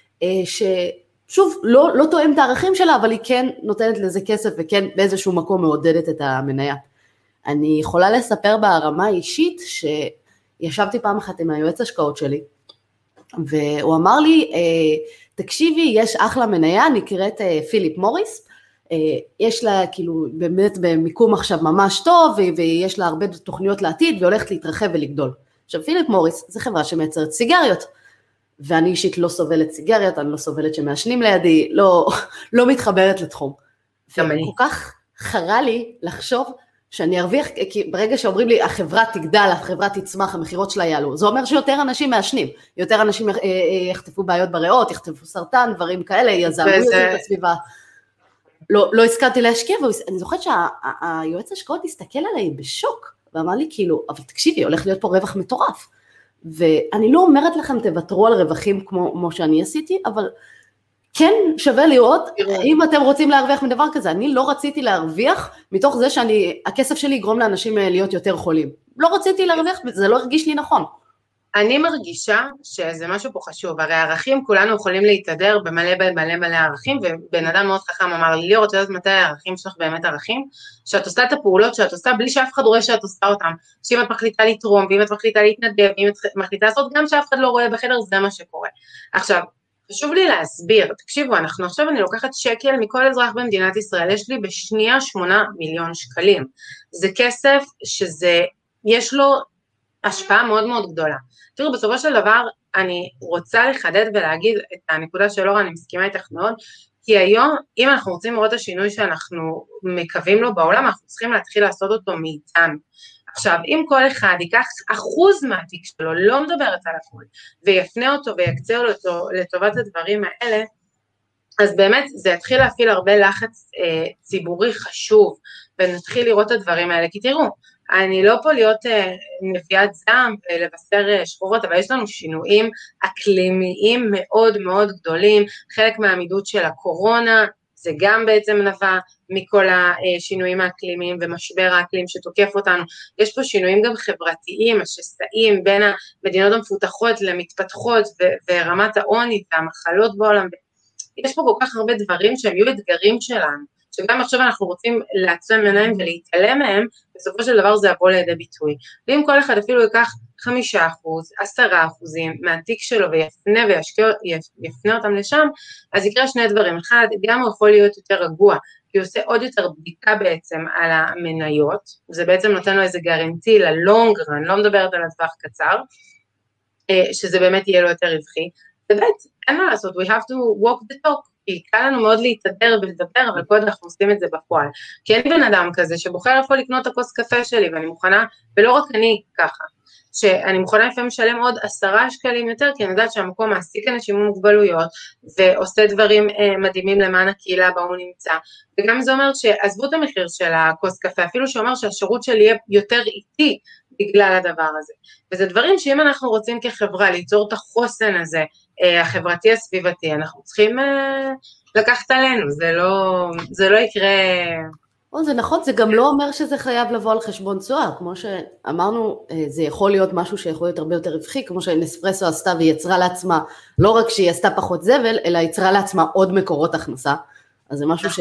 ששוב, לא תואם את הערכים שלה, אבל היא כן נותנת לזה כסף, וכן באיזשהו מקום מעודדת את המניה. אני יכולה לספר ברמה האישית, שישבתי פעם אחת עם היועץ השקעות שלי, והוא אמר לי, תקשיבי, יש אחלה מניה, נקראת פיליפ מוריס, יש לה כאילו באמת במיקום עכשיו ממש טוב, ויש לה הרבה תוכניות לעתיד, והיא הולכת להתרחב ולגדול. עכשיו פיליפ מוריס זה חברה שמייצרת סיגריות, ואני אישית לא סובלת סיגריות, אני לא סובלת שמעשנים לידי, לא מתחברת לתחום. וכל כך חרה לי לחשוב שאני ארוויח, כי ברגע שאומרים לי, החברה תגדל, החברה תצמח, המחירות שלה יעלו, זה אומר שיותר אנשים מעשנים, יותר אנשים יחטפו בעיות בריאות, יחטפו סרטן, דברים כאלה, יזמו יותר בסביבה. לא הסכמתי להשקיע, ואני זוכרת שהיועץ השקעות הסתכל עליי בשוק, ואמר לי כאילו, אבל תקשיבי, הולך להיות פה רווח מטורף, ואני לא אומרת לכם תוותרו על רווחים כמו שאני עשיתי, אבל כן שווה לראות, אם אתם רוצים להרוויח מדבר כזה, אני לא רציתי להרוויח, מתוך זה שהכסף שלי יגרום לאנשים להיות יותר חולים, לא רציתי להרוויח, זה לא הרגיש לי נכון. אני מרגישה שזה משהו פה חשוב, הרי הערכים כולנו יכולים להתהדר במלא ערכים, ובן אדם מאוד חכם אמר לי, ליאור, את יודעת מתי הערכים שלך באמת ערכים? שאת עושה את הפעולות שאת עושה בלי שאף אחד רואה שאת עושה אותם, שאם את מחליטה לתרום, ואם את מחליטה להתנדב, ואם את מחליטה לעשות גם שאף אחד לא רואה בחדר, זה מה שקורה. עכשיו, חשוב לי להסביר, תקשיבו, עכשיו אני לוקחת שקל מכל אזרח במדינת ישראל, יש לי בשנייה 8 מיליון שקלים, זה כסף יש לו השפעה מאוד מאוד גדולה. תראו, בסופו של דבר, אני רוצה לחדד ולהגיד את הנקודה של אורה, אני מסכימה איתך מאוד, כי היום, אם אנחנו רוצים לראות את השינוי שאנחנו מקווים לו בעולם, אנחנו צריכים להתחיל לעשות אותו מאיתנו. עכשיו, אם כל אחד ייקח 1% מהתיק שלו, לא מדברת על הכול, ויפנה אותו ויקצה אותו לטובת הדברים האלה, אז באמת זה יתחיל להפעיל הרבה לחץ ציבורי חשוב, ונתחיל לראות את הדברים האלה, כי תראו, אני לא פה להיות נביאת זעם ולבשר שחורות, אבל יש לנו שינויים אקלימיים מאוד מאוד גדולים, חלק מהעמידות של הקורונה, זה גם בעצם נבע מכל השינויים האקלימיים ומשבר האקלים שתוקף אותנו, יש פה שינויים גם חברתיים, השסעים בין המדינות המפותחות למתפתחות ורמת העוני והמחלות בעולם, יש פה כל כך הרבה דברים שהם יהיו אתגרים שלנו, שגם עכשיו אנחנו רוצים לעצום עיניים ולהתעלם מהם, בסופו של דבר זה יבוא לידי ביטוי. ואם כל אחד אפילו ייקח 5%, 10% מהתיק שלו ויפנה אותם לשם, אז יקרה שני דברים. אחד, גם הוא יכול להיות יותר רגוע, כי הוא עושה עוד יותר בדיקה בעצם על המניות, זה בעצם נותן לו איזה גרנטי ללונג רן, לא מדברת על הטווח קצר, שזה באמת יהיה לו יותר רווחי. באמת, אין מה לעשות, we have to walk the talk, כי קל לנו מאוד להתהדר ולדבר, אבל קודם אנחנו עושים את זה בפועל. כי אין בן אדם כזה שבוחר איפה לקנות את הכוס קפה שלי, ואני מוכנה, ולא רק אני ככה, שאני מוכנה לפעמים לשלם עוד 10 שקלים יותר, כי אני יודעת שהמקום מעסיק אנשים עם מוגבלויות, ועושה דברים מדהימים למען הקהילה בה הוא נמצא, וגם זה אומר שעזבו את המחיר של הכוס קפה, אפילו שאומר שהשירות שלי יהיה יותר איטי, בגלל הדבר הזה. וזה דברים שאם אנחנו רוצים כחברה ליצור את החוסן הזה, החברתי הסביבתי, אנחנו צריכים לקחת עלינו, זה לא יקרה. זה נכון, זה גם לא אומר שזה חייב לבוא על חשבון תשואה, כמו שאמרנו, זה יכול להיות משהו שיכול להיות הרבה יותר רווחי, כמו שנספרסו עשתה והיא יצרה לעצמה, לא רק שהיא עשתה פחות זבל, אלא יצרה לעצמה עוד מקורות הכנסה, אז זה משהו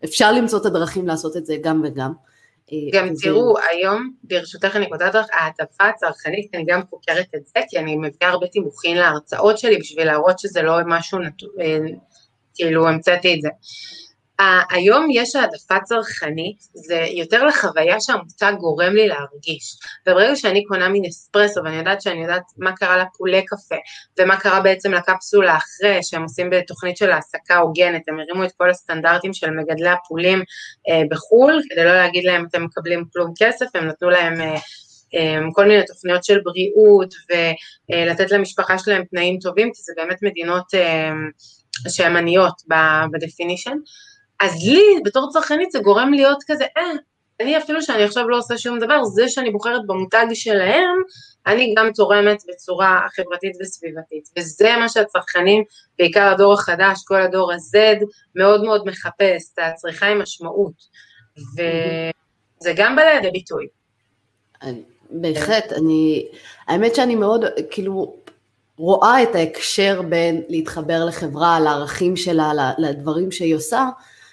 אפשר למצוא את הדרכים לעשות את זה גם וגם. גם תראו, היום, ברשותך אני כותבת לך, ההטבה הצרכנית, אני גם חוקרת את זה, כי אני מביאה הרבה תימוכין להרצאות שלי, בשביל להראות שזה לא משהו, כאילו המצאתי את זה. היום יש העדפה צרכנית, זה יותר לחוויה שהמותג גורם לי להרגיש, וברגע שאני קונה מנספרסו, ואני יודעת שאני יודעת מה קרה לפולי קפה, ומה קרה בעצם לקפסולה אחרי, שהם עושים בתוכנית של העסקה הוגנת, הם הרימו את כל הסטנדרטים של מגדלי הפולים בחול, כדי לא להגיד להם אתם מקבלים כלום כסף, הם נתנו להם כל מיני תוכניות של בריאות, ולתת למשפחה שלהם תנאים טובים, כי זה באמת מדינות שהן עניות בדפינישן, אז לי, בתור צרכנית, זה גורם להיות כזה, אני אפילו שאני עכשיו לא עושה שום דבר, זה שאני בוחרת במותג שלהם, אני גם תורמת בצורה חברתית וסביבתית, וזה מה שהצרכנים, בעיקר הדור החדש, כל הדור ה-Z, מאוד מאוד מחפש, את הצריכה עם משמעות, וזה גם בא לידי ביטוי. בהחלט, האמת שאני מאוד, כאילו, רואה את ההקשר בין להתחבר לחברה, לערכים שלה, לדברים שהיא עושה,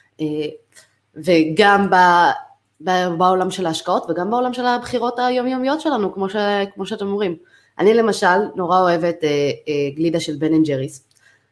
וגם בעולם של ההשקעות, וגם בעולם של הבחירות היומיומיות שלנו, כמו שאתם אומרים. אני למשל נורא אוהבת גלידה של בן אנד ג'ריס,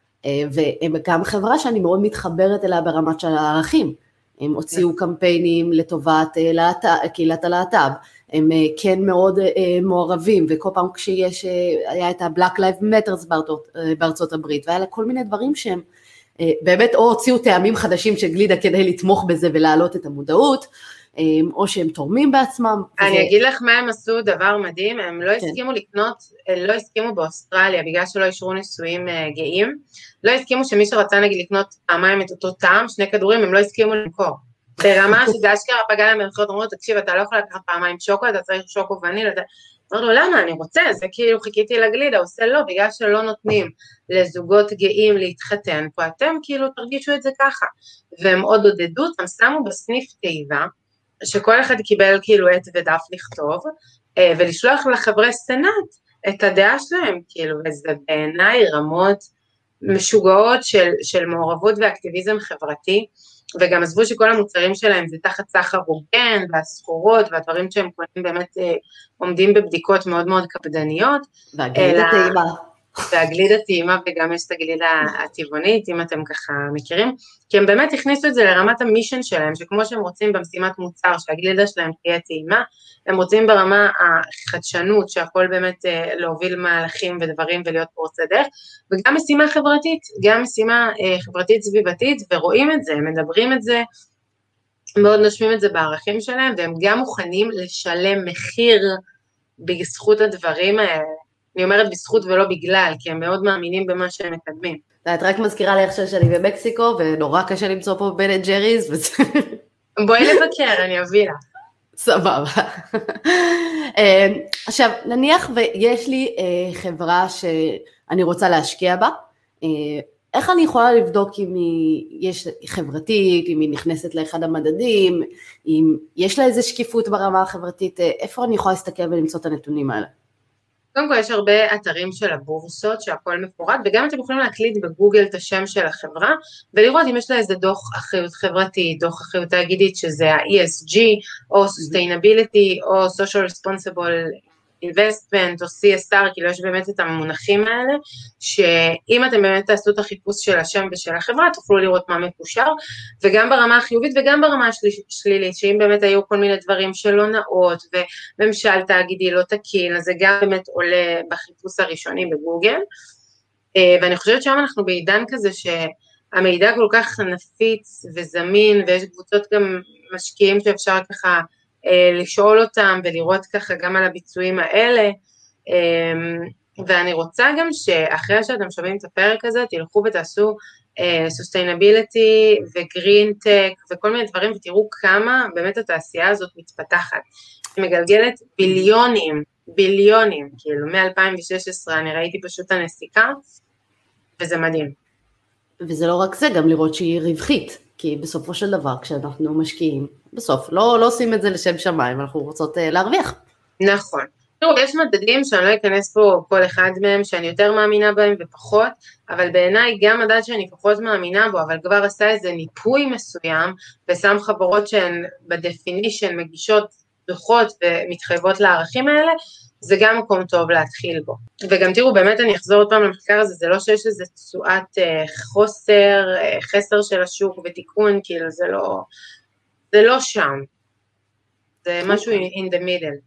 וגם חברה שאני מאוד מתחברת אליה ברמת של הערכים. הם הוציאו קמפיינים לטובת קהילת הלהט"ב, הם כן מאוד מעורבים, וכל פעם היה את ה-Black Lives Matter בארצות הברית, והיה לה כל מיני דברים שהם באמת או הוציאו טעמים חדשים של גלידה כדי לתמוך בזה ולהעלות את המודעות, או שהם תורמים בעצמם. אני אגיד לך מה הם עשו, דבר מדהים, הם לא הסכימו לקנות, לא הסכימו באוסטרליה, בגלל שלא אישרו ניסויים גאים, לא הסכימו שמי שרצה נגיד לקנות פעמיים את אותו טעם, 2 כדורים, הם לא הסכימו למכור. ברמה שזה אשכרה פגע להם במחירות, אמרו, תקשיב, אתה לא יכול לקחת פעמיים שוקו, אתה צריך שוקו וניל, אמר לו, למה? אני רוצה, זה כאילו חיכיתי לגלידה, עושה לא, בגלל שלא נותנים לזוגות גאים להתחתן, פה אתם כאילו תרגישו את זה ככה, והם עוד עודדו, הם שמו בסניף תיבה, שכל אחד קיבל כאילו עט ודף לכתוב, ולשלוח לחברי סנאט את הדעה שלהם, כאילו, וזה בעיניי רמות משוגעות של מעורבות ואקטיביזם חברתי, וגם עזבו שכל המוצרים שלהם זה תחת סחר הוגן, והסחורות, והדברים שהם קונים באמת עומדים בבדיקות מאוד מאוד קפדניות. והגלידה טעימה. והגלידה טעימה, וגם יש את הגלידה הטבעונית, אם אתם ככה מכירים, כי הם באמת הכניסו את זה לרמת המישן שלהם, שכמו שהם רוצים במשימת מוצר, שהגלידה שלהם תהיה טעימה, הם רוצים ברמה החדשנות, שהכל באמת להוביל מהלכים ודברים ולהיות פורצי דרך, וגם משימה חברתית, גם משימה חברתית סביבתית, ורואים את זה, הם מדברים את זה, מאוד נושמים את זה בערכים שלהם, והם גם מוכנים לשלם מחיר בזכות הדברים האלה, אני אומרת בזכות ולא בגלל, כי הם מאוד מאמינים במה שהם מקדמים. את רק מזכירה לי עכשיו שאני במקסיקו, ונורא קשה למצוא פה בן אנד ג'ריס. בואי לבקר, אני אביא לה. סבבה. עכשיו, נניח ויש לי חברה שאני רוצה להשקיע בה, איך אני יכולה לבדוק אם היא חברתית, אם היא נכנסת לאחד המדדים, אם יש לה איזו שקיפות ברמה החברתית, איפה אני יכולה להסתכל ולמצוא את הנתונים האלה? קודם כל יש הרבה אתרים של הבורסות שהכל מפורט, וגם אתם יכולים להקליד בגוגל את השם של החברה, ולראות אם יש לה איזה דוח אחריות חברתית, דוח אחריות תאגידית, שזה ה-ESG, או Sustainability, או Social Responsible Investment, או CSR, כאילו יש באמת את המונחים האלה, שאם אתם באמת תעשו את החיפוש של השם ושל החברה, תוכלו לראות מה מקושר, וגם ברמה החיובית וגם ברמה השלילית, שאם באמת היו כל מיני דברים שלא נאות, וממשל תאגידי לא תקין, אז זה גם באמת עולה בחיפוש הראשוני בגוגל, ואני חושבת שהיום אנחנו בעידן כזה שהמידע כל כך נפיץ וזמין, ויש קבוצות גם משקיעים שאפשר ככה, לשאול אותם ולראות ככה גם על הביצועים האלה, ואני רוצה גם שאחרי שאתם שומעים את הפרק הזה, תלכו ותעשו sustainability ו-green tech וכל מיני דברים, ותראו כמה באמת התעשייה הזאת מתפתחת. היא מגלגלת ביליונים, כאילו מ-2016 אני ראיתי פשוט הנסיקה, וזה מדהים. וזה לא רק זה, גם לראות שהיא רווחית. כי בסופו של דבר, כשאנחנו משקיעים, בסוף לא עושים את זה לשם שמיים, אנחנו רוצות להרוויח. נכון, תראו, יש מדדים שאני לא אכנס פה כל אחד מהם, שאני יותר מאמינה בהם ופחות, אבל בעיניי גם מדד שאני פחות מאמינה בו, אבל כבר עשה איזה ניפוי מסוים, ושם חברות שהן בדפינישן מגישות דוחות ומתחייבות לערכים האלה, זה גם מקום טוב להתחיל בו. וגם תראו, באמת אני אחזור עוד פעם למחקר הזה, זה לא שיש איזה תשואת חסר של השוק ותיקון, כאילו זה לא שם, זה משהו in the middle.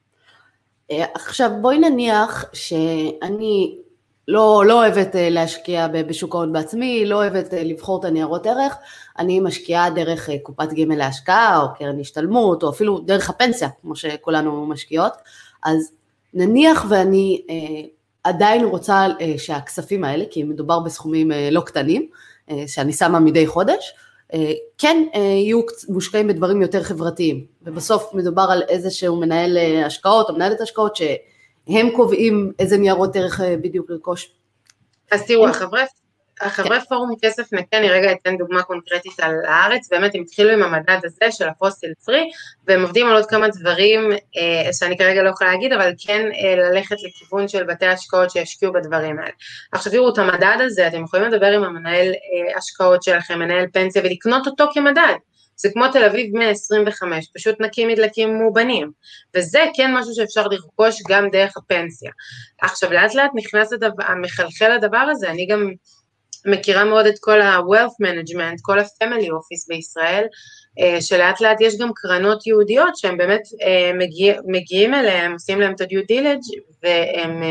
עכשיו בואי נניח שאני לא אוהבת להשקיע בשוק ההון בעצמי, לא אוהבת לבחור את הניירות ערך, אני משקיעה דרך קופת גמל להשקעה או קרן השתלמות או אפילו דרך הפנסיה כמו שכולנו משקיעות, אז נניח ואני עדיין רוצה שהכספים האלה, כי מדובר בסכומים לא קטנים, שאני שמה מדי חודש, כן יהיו מושקעים בדברים יותר חברתיים, ובסוף מדובר על איזשהו מנהל השקעות או מנהלת השקעות שהם קובעים איזה ניירות ערך בדיוק לרכוש. אז תראו, החברי פורום כסף נקי, אני רגע אתן דוגמה קונקרטית על הארץ, באמת הם התחילו עם המדד הזה של הפוסיל פרי, והם עובדים על עוד כמה דברים שאני כרגע לא יכולה להגיד, אבל כן ללכת לכיוון של בתי השקעות שישקיעו בדברים האלה. עכשיו תראו, את המדד הזה, אתם יכולים לדבר עם המנהל השקעות שלכם, מנהל פנסיה, ולקנות אותו כמדד. זה כמו תל אביב 125, פשוט נקים מדלקים מובנים, וזה כן משהו שאפשר לרכוש גם דרך הפנסיה. עכשיו לאט לאט נכנס המחלחל הדבר הזה, אני גם מכירה מאוד את כל ה-wealth management, כל ה-family office בישראל, שלאט לאט יש גם קרנות יהודיות, שהם באמת מגיעים אליהם, עושים להם את ה-due diligence, והם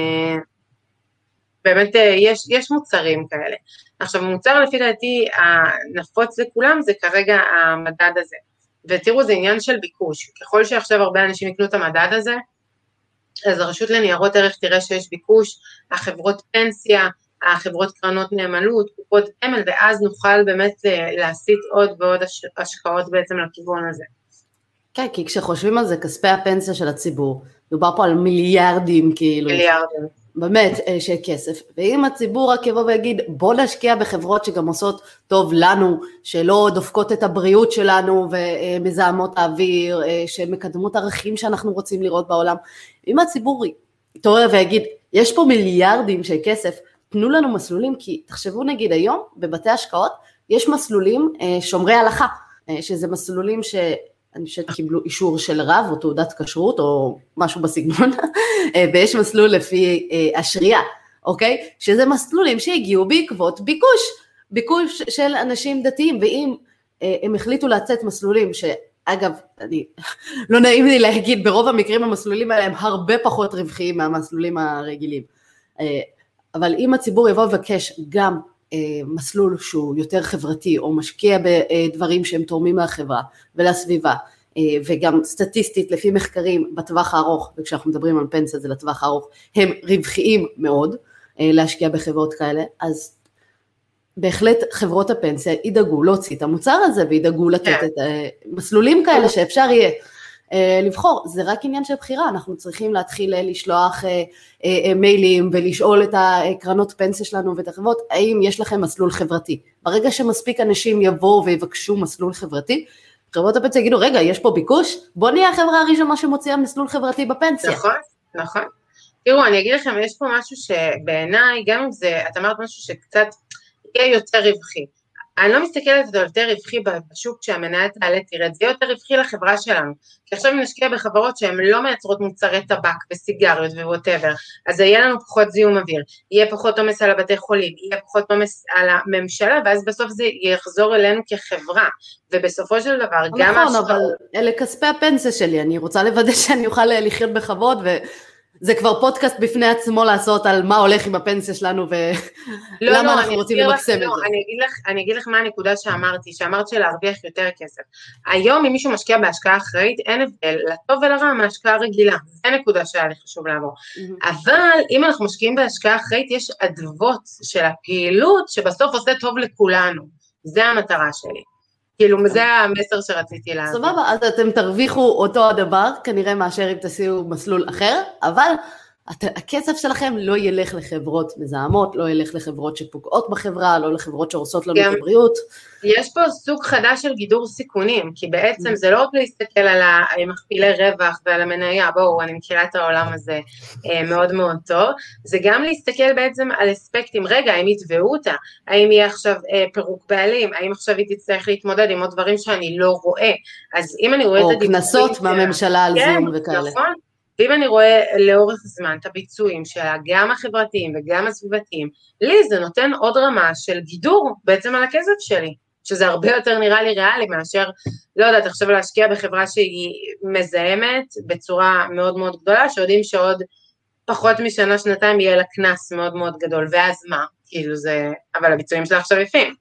באמת יש מוצרים כאלה. עכשיו מוצר לפי דעתי הנפוץ לכולם זה כרגע המדד הזה, ותראו זה עניין של ביקוש, ככל שעכשיו הרבה אנשים יקנו את המדד הזה, אז הרשות לניירות ערך תראה שיש ביקוש, החברות פנסיה, החברות קרנות נאמנות, קופות גמל, ואז נוכל באמת להסיט עוד ועוד השקעות בעצם לכיוון הזה. כן, כי כשחושבים על זה, כספי הפנסיה של הציבור, דובר פה על מיליארדים כאילו. מיליארדים. באמת של כסף, ואם הציבור רק יבוא ויגיד בוא נשקיע בחברות שגם עושות טוב לנו, שלא דופקות את הבריאות שלנו ומזהמות האוויר, שמקדמות ערכים שאנחנו רוצים לראות בעולם, אם הציבור יתעורר ויגיד יש פה מיליארדים של כסף, תנו לנו מסלולים, כי תחשבו נגיד היום בבתי השקעות יש מסלולים שומרי הלכה, שזה מסלולים אני חושבת קיבלו אישור של רב או תעודת כשרות או משהו בסגנון, ויש מסלול לפי השריעה, אוקיי? שזה מסלולים שהגיעו בעקבות ביקוש של אנשים דתיים, ואם הם החליטו לצאת מסלולים, שאגב, לא נעים לי להגיד, ברוב המקרים המסלולים האלה הם הרבה פחות רווחיים מהמסלולים הרגילים, אבל אם הציבור יבוא ובקש גם מסלול שהוא יותר חברתי, או משקיע בדברים שהם תורמים לחברה ולסביבה, וגם סטטיסטית לפי מחקרים בטווח הארוך, וכשאנחנו מדברים על פנסיה זה לטווח הארוך, הם רווחיים מאוד להשקיע בחברות כאלה, אז בהחלט חברות הפנסיה ידאגו להוציא את המוצר הזה, וידאגו לתת את מסלולים כאלה שאפשר יהיה לבחור. זה רק עניין של בחירה, אנחנו צריכים להתחיל לשלוח מיילים ולשאול את הקרנות פנסיה שלנו ואת החברות, האם יש לכם מסלול חברתי. ברגע שמספיק אנשים יבואו ויבקשו מסלול חברתי, חברות הפנסיה יגידו, רגע, יש פה ביקוש, בוא נהיה החברה הראשונה שמוציאה מסלול חברתי בפנסיה. נכון, נכון. תראו, אני אגיד לכם, יש פה משהו שבעיניי, גם אם זה, את אמרת משהו שקצת יהיה יותר רווחי. אני לא מסתכלת על יותר רווחי בשוק שהמנהלת תעלה תרד, זה יותר רווחי לחברה שלנו, כי עכשיו אם נשקיע בחברות שהן לא מייצרות מוצרי טבק וסיגריות ווואטאבר, אז יהיה לנו פחות זיהום אוויר, יהיה פחות עומס על הבתי חולים, יהיה פחות עומס על הממשלה, ואז בסוף זה יחזור אלינו כחברה, ובסופו של דבר גם נכון, אבל אלה כספי הפנסיה שלי, אני רוצה לוודא שאני אוכל לחיות בכבוד, זה כבר פודקאסט בפני עצמו לעשות על מה הולך עם הפנסיה שלנו ולמה אנחנו רוצים למקסם את זה. אני אגיד לך מה הנקודה שאמרת שלהרוויח יותר כסף. היום אם מישהו משקיע בהשקעה אחראית, אין הבדל לטוב ולרע מהשקעה רגילה, זה נקודה שהיה לי חשוב לעבור. אבל אם אנחנו משקיעים בהשקעה אחראית, יש אדוות של הפעילות שבסוף עושה טוב לכולנו, זה המטרה שלי. כאילו, זה המסר שרציתי להביא. סבבה, אז אתם תרוויחו אותו הדבר, כנראה מאשר אם תשימו מסלול אחר, אבל הכסף שלכם לא ילך לחברות מזהמות, לא ילך לחברות שפוגעות בחברה, לא לחברות שהורסות לנו את הבריאות. יש פה סוג חדש של גידור סיכונים, כי בעצם זה לא רק להסתכל על המכפילי רווח ועל המניה, בואו, אני מכירה את העולם הזה מאוד מאוד טוב, זה גם להסתכל בעצם על אספקטים, רגע, האם יתבעו אותה, האם יהיה עכשיו פירוק בעלים, האם עכשיו היא תצטרך להתמודד עם עוד דברים שאני לא רואה, אז אם אני רואה את הדיווחים... או כנסות מהממשלה על זיהום וכאלה. נכון. ואם אני רואה לאורך זמן את הביצועים שלה, גם החברתיים וגם הסביבתיים, לי זה נותן עוד רמה של גידור בעצם על הכסף שלי, שזה הרבה יותר נראה לי ריאלי מאשר, לא יודעת, עכשיו להשקיע בחברה שהיא מזהמת בצורה מאוד מאוד גדולה, שיודעים שעוד פחות משנה, שנתיים יהיה לה כנס מאוד מאוד גדול, ואז מה? כאילו זה, אבל הביצועים שלה עכשיו יפים.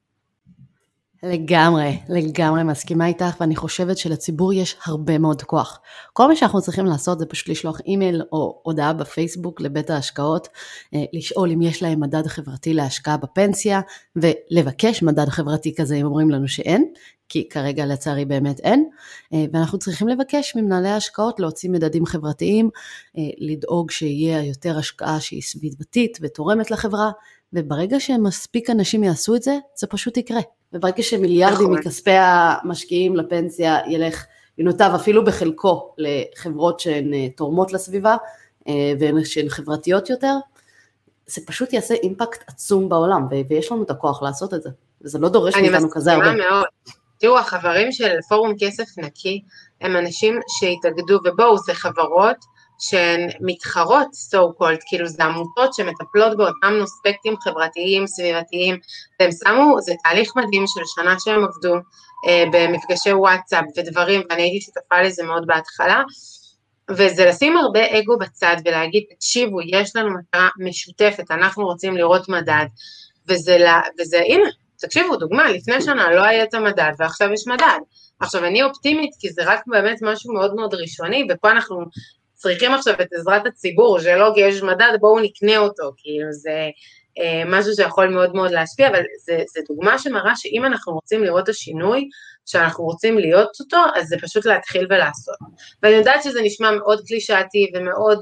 לגמרי מסכימה איתך, ואני חושבת שלציבור יש הרבה מאוד כוח. כל מה שאנחנו צריכים לעשות זה פשוט לשלוח אימייל או הודעה בפייסבוק לבית ההשקעות, לשאול אם יש להם מדד חברתי להשקעה בפנסיה, ולבקש מדד חברתי כזה אם אומרים לנו שאין, כי כרגע לצערי באמת אין, ואנחנו צריכים לבקש ממנהלי ההשקעות להוציא מדדים חברתיים, לדאוג שיהיה יותר השקעה שהיא סביבתית ותורמת לחברה, וברגע שמספיק אנשים יעשו את זה, זה פשוט יקרה. וברגע שמיליארדים מכספי המשקיעים לפנסיה ינותב אפילו בחלקו לחברות שהן תורמות לסביבה, והן חברתיות יותר, זה פשוט יעשה אימפקט עצום בעולם, ויש לנו את הכוח לעשות את זה, וזה לא דורש מאיתנו כזה הרבה. אני מסכימה מאוד. תראו, החברים של פורום כסף נקי, הם אנשים שהתאגדו, ובואו, זה חברות שהן מתחרות, so called, כאילו זה עמותות שמטפלות באותם אספקטים חברתיים, סביבתיים, והם שמו, זה תהליך מדהים של שנה שהם עבדו, במפגשי וואטסאפ ודברים, ואני הייתי שותפה לזה מאוד בהתחלה, וזה לשים הרבה אגו בצד, ולהגיד, תקשיבו, יש לנו מטרה משותפת, אנחנו רוצים לראות מדד, וזה, הנה, תקשיבו, דוגמה, לפני שנה לא היה את המדד, ועכשיו יש מדד. עכשיו, אני אופטימית, כי זה רק באמת משהו מאוד מאוד ראשוני, ופה אנחנו צריכים עכשיו את עזרת הציבור, שלא כי יש מדד, בואו נקנה אותו, כאילו זה משהו שיכול מאוד מאוד להשפיע, אבל זה דוגמה שמראה שאם אנחנו רוצים לראות את השינוי, שאנחנו רוצים להיות אותו, אז זה פשוט להתחיל ולעשות. ואני יודעת שזה נשמע מאוד קלישאתי, ומאוד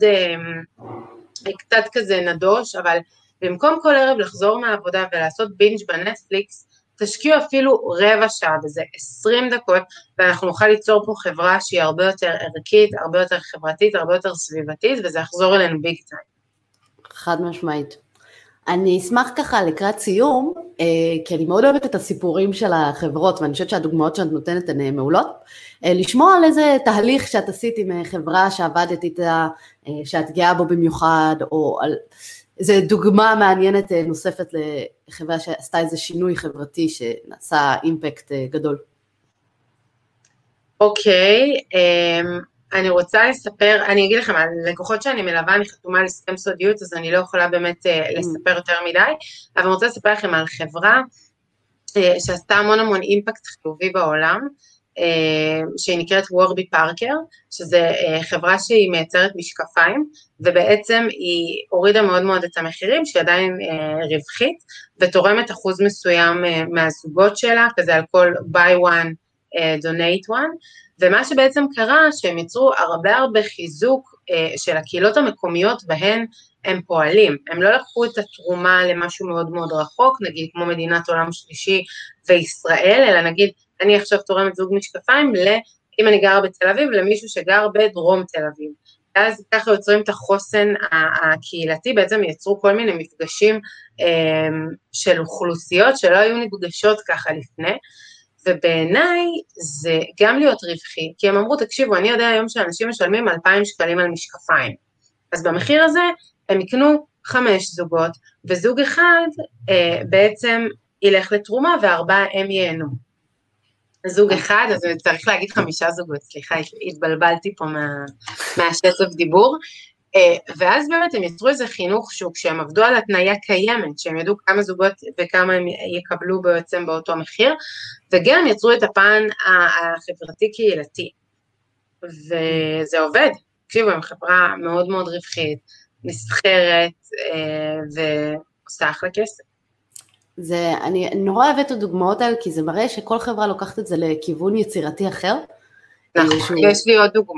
קצת כזה נדוש, אבל במקום כל ערב לחזור מהעבודה ולעשות בינג' בנטפליקס, תשקיעו אפילו רבע שעה, וזה 20 דקות, ואנחנו נוכל ליצור פה חברה שהיא הרבה יותר ערכית, הרבה יותר חברתית, הרבה יותר סביבתית, וזה יחזור אלינו ביג טיים. חד משמעית. אני אשמח ככה לקראת סיום, כי אני מאוד אוהבת את הסיפורים של החברות, ואני חושבת שהדוגמאות שאת נותנת הן מעולות, לשמוע על איזה תהליך שאת עשית עם חברה שעבדת איתה, שאת גאה בו במיוחד, או על איזו דוגמה מעניינת נוספת לחברה שעשתה איזה שינוי חברתי שנעשה אימפקט גדול. אוקיי, אני רוצה לספר, אני אגיד לכם, על לקוחות שאני מלווה, אני חתומה על הסכם סודיות, אז אני לא יכולה באמת לספר יותר מדי, אבל אני רוצה לספר לכם על חברה שעשתה המון המון אימפקט חיובי בעולם, שהיא נקראת וורבי פארקר, שזה חברה שהיא מייצרת משקפיים, ובעצם היא הורידה מאוד מאוד את המחירים, שהיא עדיין רווחית, ותורמת אחוז מסוים מהזוגות שלה, כזה על כל buy one, donate one, ומה שבעצם קרה, שהם יצרו הרבה חיזוק של הקהילות המקומיות בהן הם פועלים, הם לא לקחו את התרומה למשהו מאוד מאוד רחוק, נגיד כמו מדינת עולם שלישי וישראל, אלא נגיד, אני עכשיו תורמת זוג משקפיים, אם אני גרה בתל אביב, למישהו שגר בדרום תל אביב, אז ככה יוצרים את החוסן הקהילתי, בעצם יצרו כל מיני מפגשים של אוכלוסיות, שלא היו נפגשות ככה לפני, ובעיניי זה גם להיות רווחי, כי הם אמרו, תקשיבו, אני יודע היום שאנשים משלמים 2,000 שקלים על משקפיים, אז במחיר הזה הם יקנו 5 זוגות, וזוג אחד בעצם ילך לתרומה, ו4 הם ייהנו. זוג אחד, אז צריך להגיד 5 זוגות, סליחה, התבלבלתי פה מהשצף דיבור, ואז באמת הם יצרו איזה חינוך שוק, שהם עבדו על התניה קיימת, שהם ידעו כמה זוגות וכמה הם יקבלו בעצם באותו מחיר, וגם יצרו את הפן החברתי-קהילתי, וזה עובד. תקשיבו, הם חברה מאוד מאוד רווחית, נסחרת, ועושה אחלה כסף. אני נורא אוהבת את הדוגמאות האלה, כי זה מראה שכל חברה לוקחת את זה לכיוון יצירתי אחר. נכון, יש לי עוד דוגמה.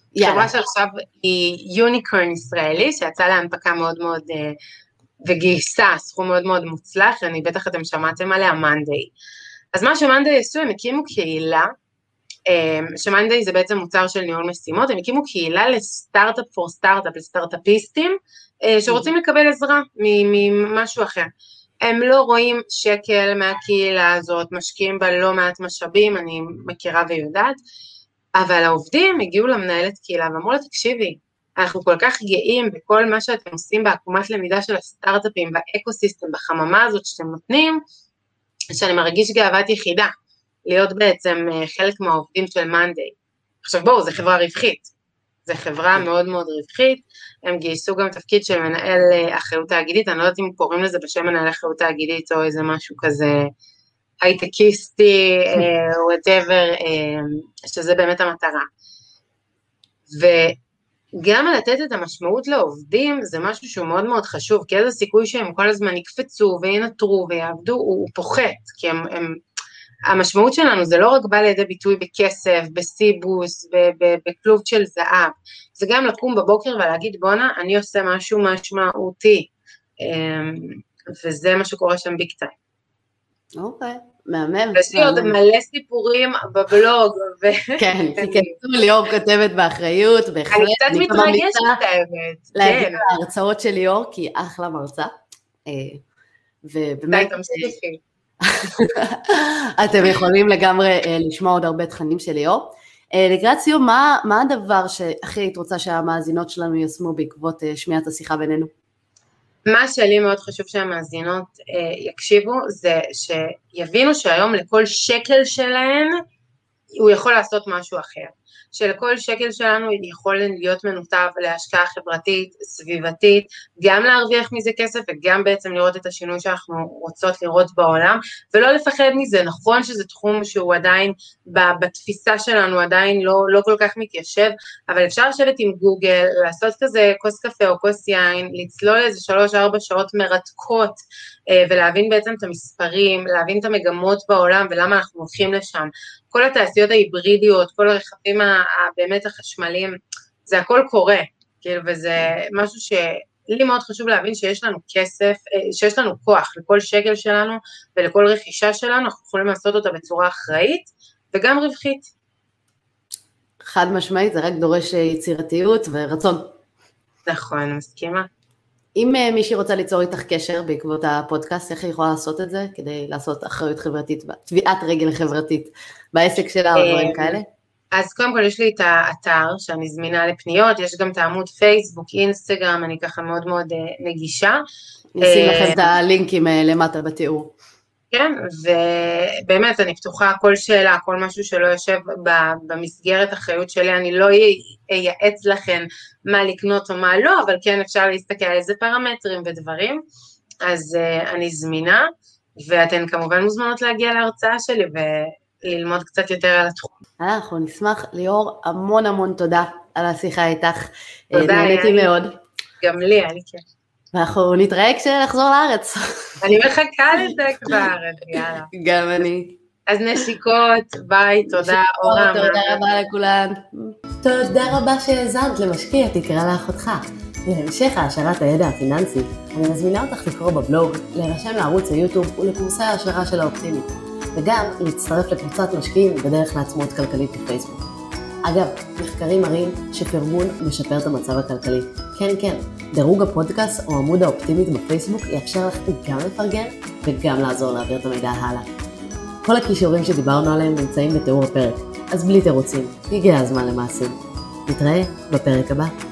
חברה שעכשיו היא יוניקורן ישראלי, שיצאה להנפקה מאוד מאוד, וגייסה סכום מאוד מאוד מוצלח, אני בטח אתם שמעתם עליה, מאנדיי. אז מה שמאנדיי עשו, הם הקימו קהילה, שמאנדיי זה בעצם מוצר של ניהול משימות, הם הקימו קהילה לסטארט-אפ פור סטארט-אפ, לסטארט-אפיסטים, שרוצים לקבל עזרה ממשהו אחר. הם לא רואים שקל מהקהילה הזאת, משקיעים בה לא מעט משאבים, אני מכירה ויודעת, אבל העובדים הגיעו למנהלת קהילה ואמרו לה, תקשיבי, אנחנו כל כך גאים בכל מה שאתם עושים בעקומת למידה של הסטארט-אפים, באקוסיסטם, בחממה הזאת שאתם נותנים, שאני מרגיש גאוות יחידה, להיות בעצם חלק מהעובדים של מאנדיי. עכשיו בואו, זו חברה רווחית, זו חברה מאוד מאוד רווחית, הם גייסו גם תפקיד של מנהל אחריות תאגידית, אני לא יודעת אם קוראים לזה בשם מנהל אחריות תאגידית, או איזה משהו כזה הייטקיסטי, whatever, שזה באמת המטרה. וגם לתת את המשמעות לעובדים, זה משהו שהוא מאוד מאוד חשוב, כי איזה סיכוי שהם כל הזמן יקפצו וינטרו ויעבדו, הוא פוחת, כי המשמעות שלנו זה לא רק בא לידי ביטוי בכסף, בסיבוס, בכלוב של זהב, זה גם לקום בבוקר ולהגיד בונה, אני עושה משהו משמעותי, וזה מה שקורה שם ביג טיים. אוקיי, מהמם. יש לי עוד מלא סיפורים בבלוג. כן, תיכנסו, ליאור כותבת באחריות, בהחלט. אני קצת מתרגשת האמת. להגיע להרצאות של ליאור, כי היא אחלה מרצה. ובאמת, תמשיכי. אתם יכולים לגמרי לשמוע עוד הרבה תכנים של ליאור. לקראת סיום, מה הדבר שהכי היית רוצה שהמאזינות שלנו ישמו בעקבות שמיעת השיחה בינינו? מה שלי מאוד חשוב שהמאזינות יקשיבו, זה שיבינו שהיום לכל שקל שלהן, הוא יכול לעשות משהו אחר. שלכל שקל שלנו יכול להיות מנותב להשקעה חברתית, סביבתית, גם להרוויח מזה כסף וגם בעצם לראות את השינוי שאנחנו רוצות לראות בעולם, ולא לפחד מזה. נכון שזה תחום שהוא עדיין בתפיסה שלנו עדיין לא כל כך מתיישב, אבל אפשר לשבת עם גוגל, לעשות כזה כוס קפה או כוס יין, לצלול איזה 3-4 שעות מרתקות, ולהבין בעצם את המספרים, להבין את המגמות בעולם ולמה אנחנו הולכים לשם. כל התעשיות ההיברידיות, כל הרכבים באמת החשמליים, זה הכל קורה, כאילו, וזה משהו שלי מאוד חשוב להבין שיש לנו כסף, שיש לנו כוח לכל שקל שלנו ולכל רכישה שלנו, אנחנו יכולים לעשות אותה בצורה אחראית וגם רווחית. חד משמעית, זה רק דורש יצירתיות ורצון. נכון, מסכימה. אם מישהי רוצה ליצור איתך קשר בעקבות הפודקאסט, איך היא יכולה לעשות את זה כדי לעשות אחריות חברתית, תביעת רגל חברתית בעסק שלה או דברים כאלה? אז קודם כל יש לי את האתר שאני זמינה לפניות, יש גם את העמוד פייסבוק, אינסטגרם, אני ככה מאוד מאוד נגישה. נשים לכם את הלינקים למטה בתיאור. כן, ובאמת אני פתוחה כל שאלה, כל משהו שלא יושב במסגרת אחריות שלי, אני לא אייעץ לכם מה לקנות או מה לא, אבל כן אפשר להסתכל על איזה פרמטרים ודברים, אז אני זמינה, ואתן כמובן מוזמנות להגיע להרצאה שלי וללמוד קצת יותר על התחום. אנחנו נשמח. ליאור, המון המון תודה על השיחה איתך. תודה. נהניתי מאוד. גם לי, היה לי כיף. ואנחנו נתראה כשנחזור לארץ. אני מחכה לזה כבר, יאללה. גם אני. אז נשיקות, ביי, תודה, אורה. תודה רבה לכולן. תודה רבה שהאזנת למשקיע תקרא לאחותך. להמשך העשרת הידע הפיננסי, אני מזמינה אותך לקרוא בבלוג, להירשם לערוץ היוטיוב ולקורסי ההשערה של האופטימית, וגם להצטרף לקבוצת משקיעים בדרך לעצמאות כלכלית בפייסבוק. אגב, מחקרים מראים שפרגון משפר את המצב הכלכלי. כן, דירוג הפודקאסט או עמוד האופטימית בפייסבוק יאפשר לך גם לפרגן וגם לעזור להעביר את המידע הלאה. כל הכישורים שדיברנו עליהם נמצאים בתיאור הפרק, אז בלי תירוצים, הגיע הזמן למעשים. נתראה בפרק הבא.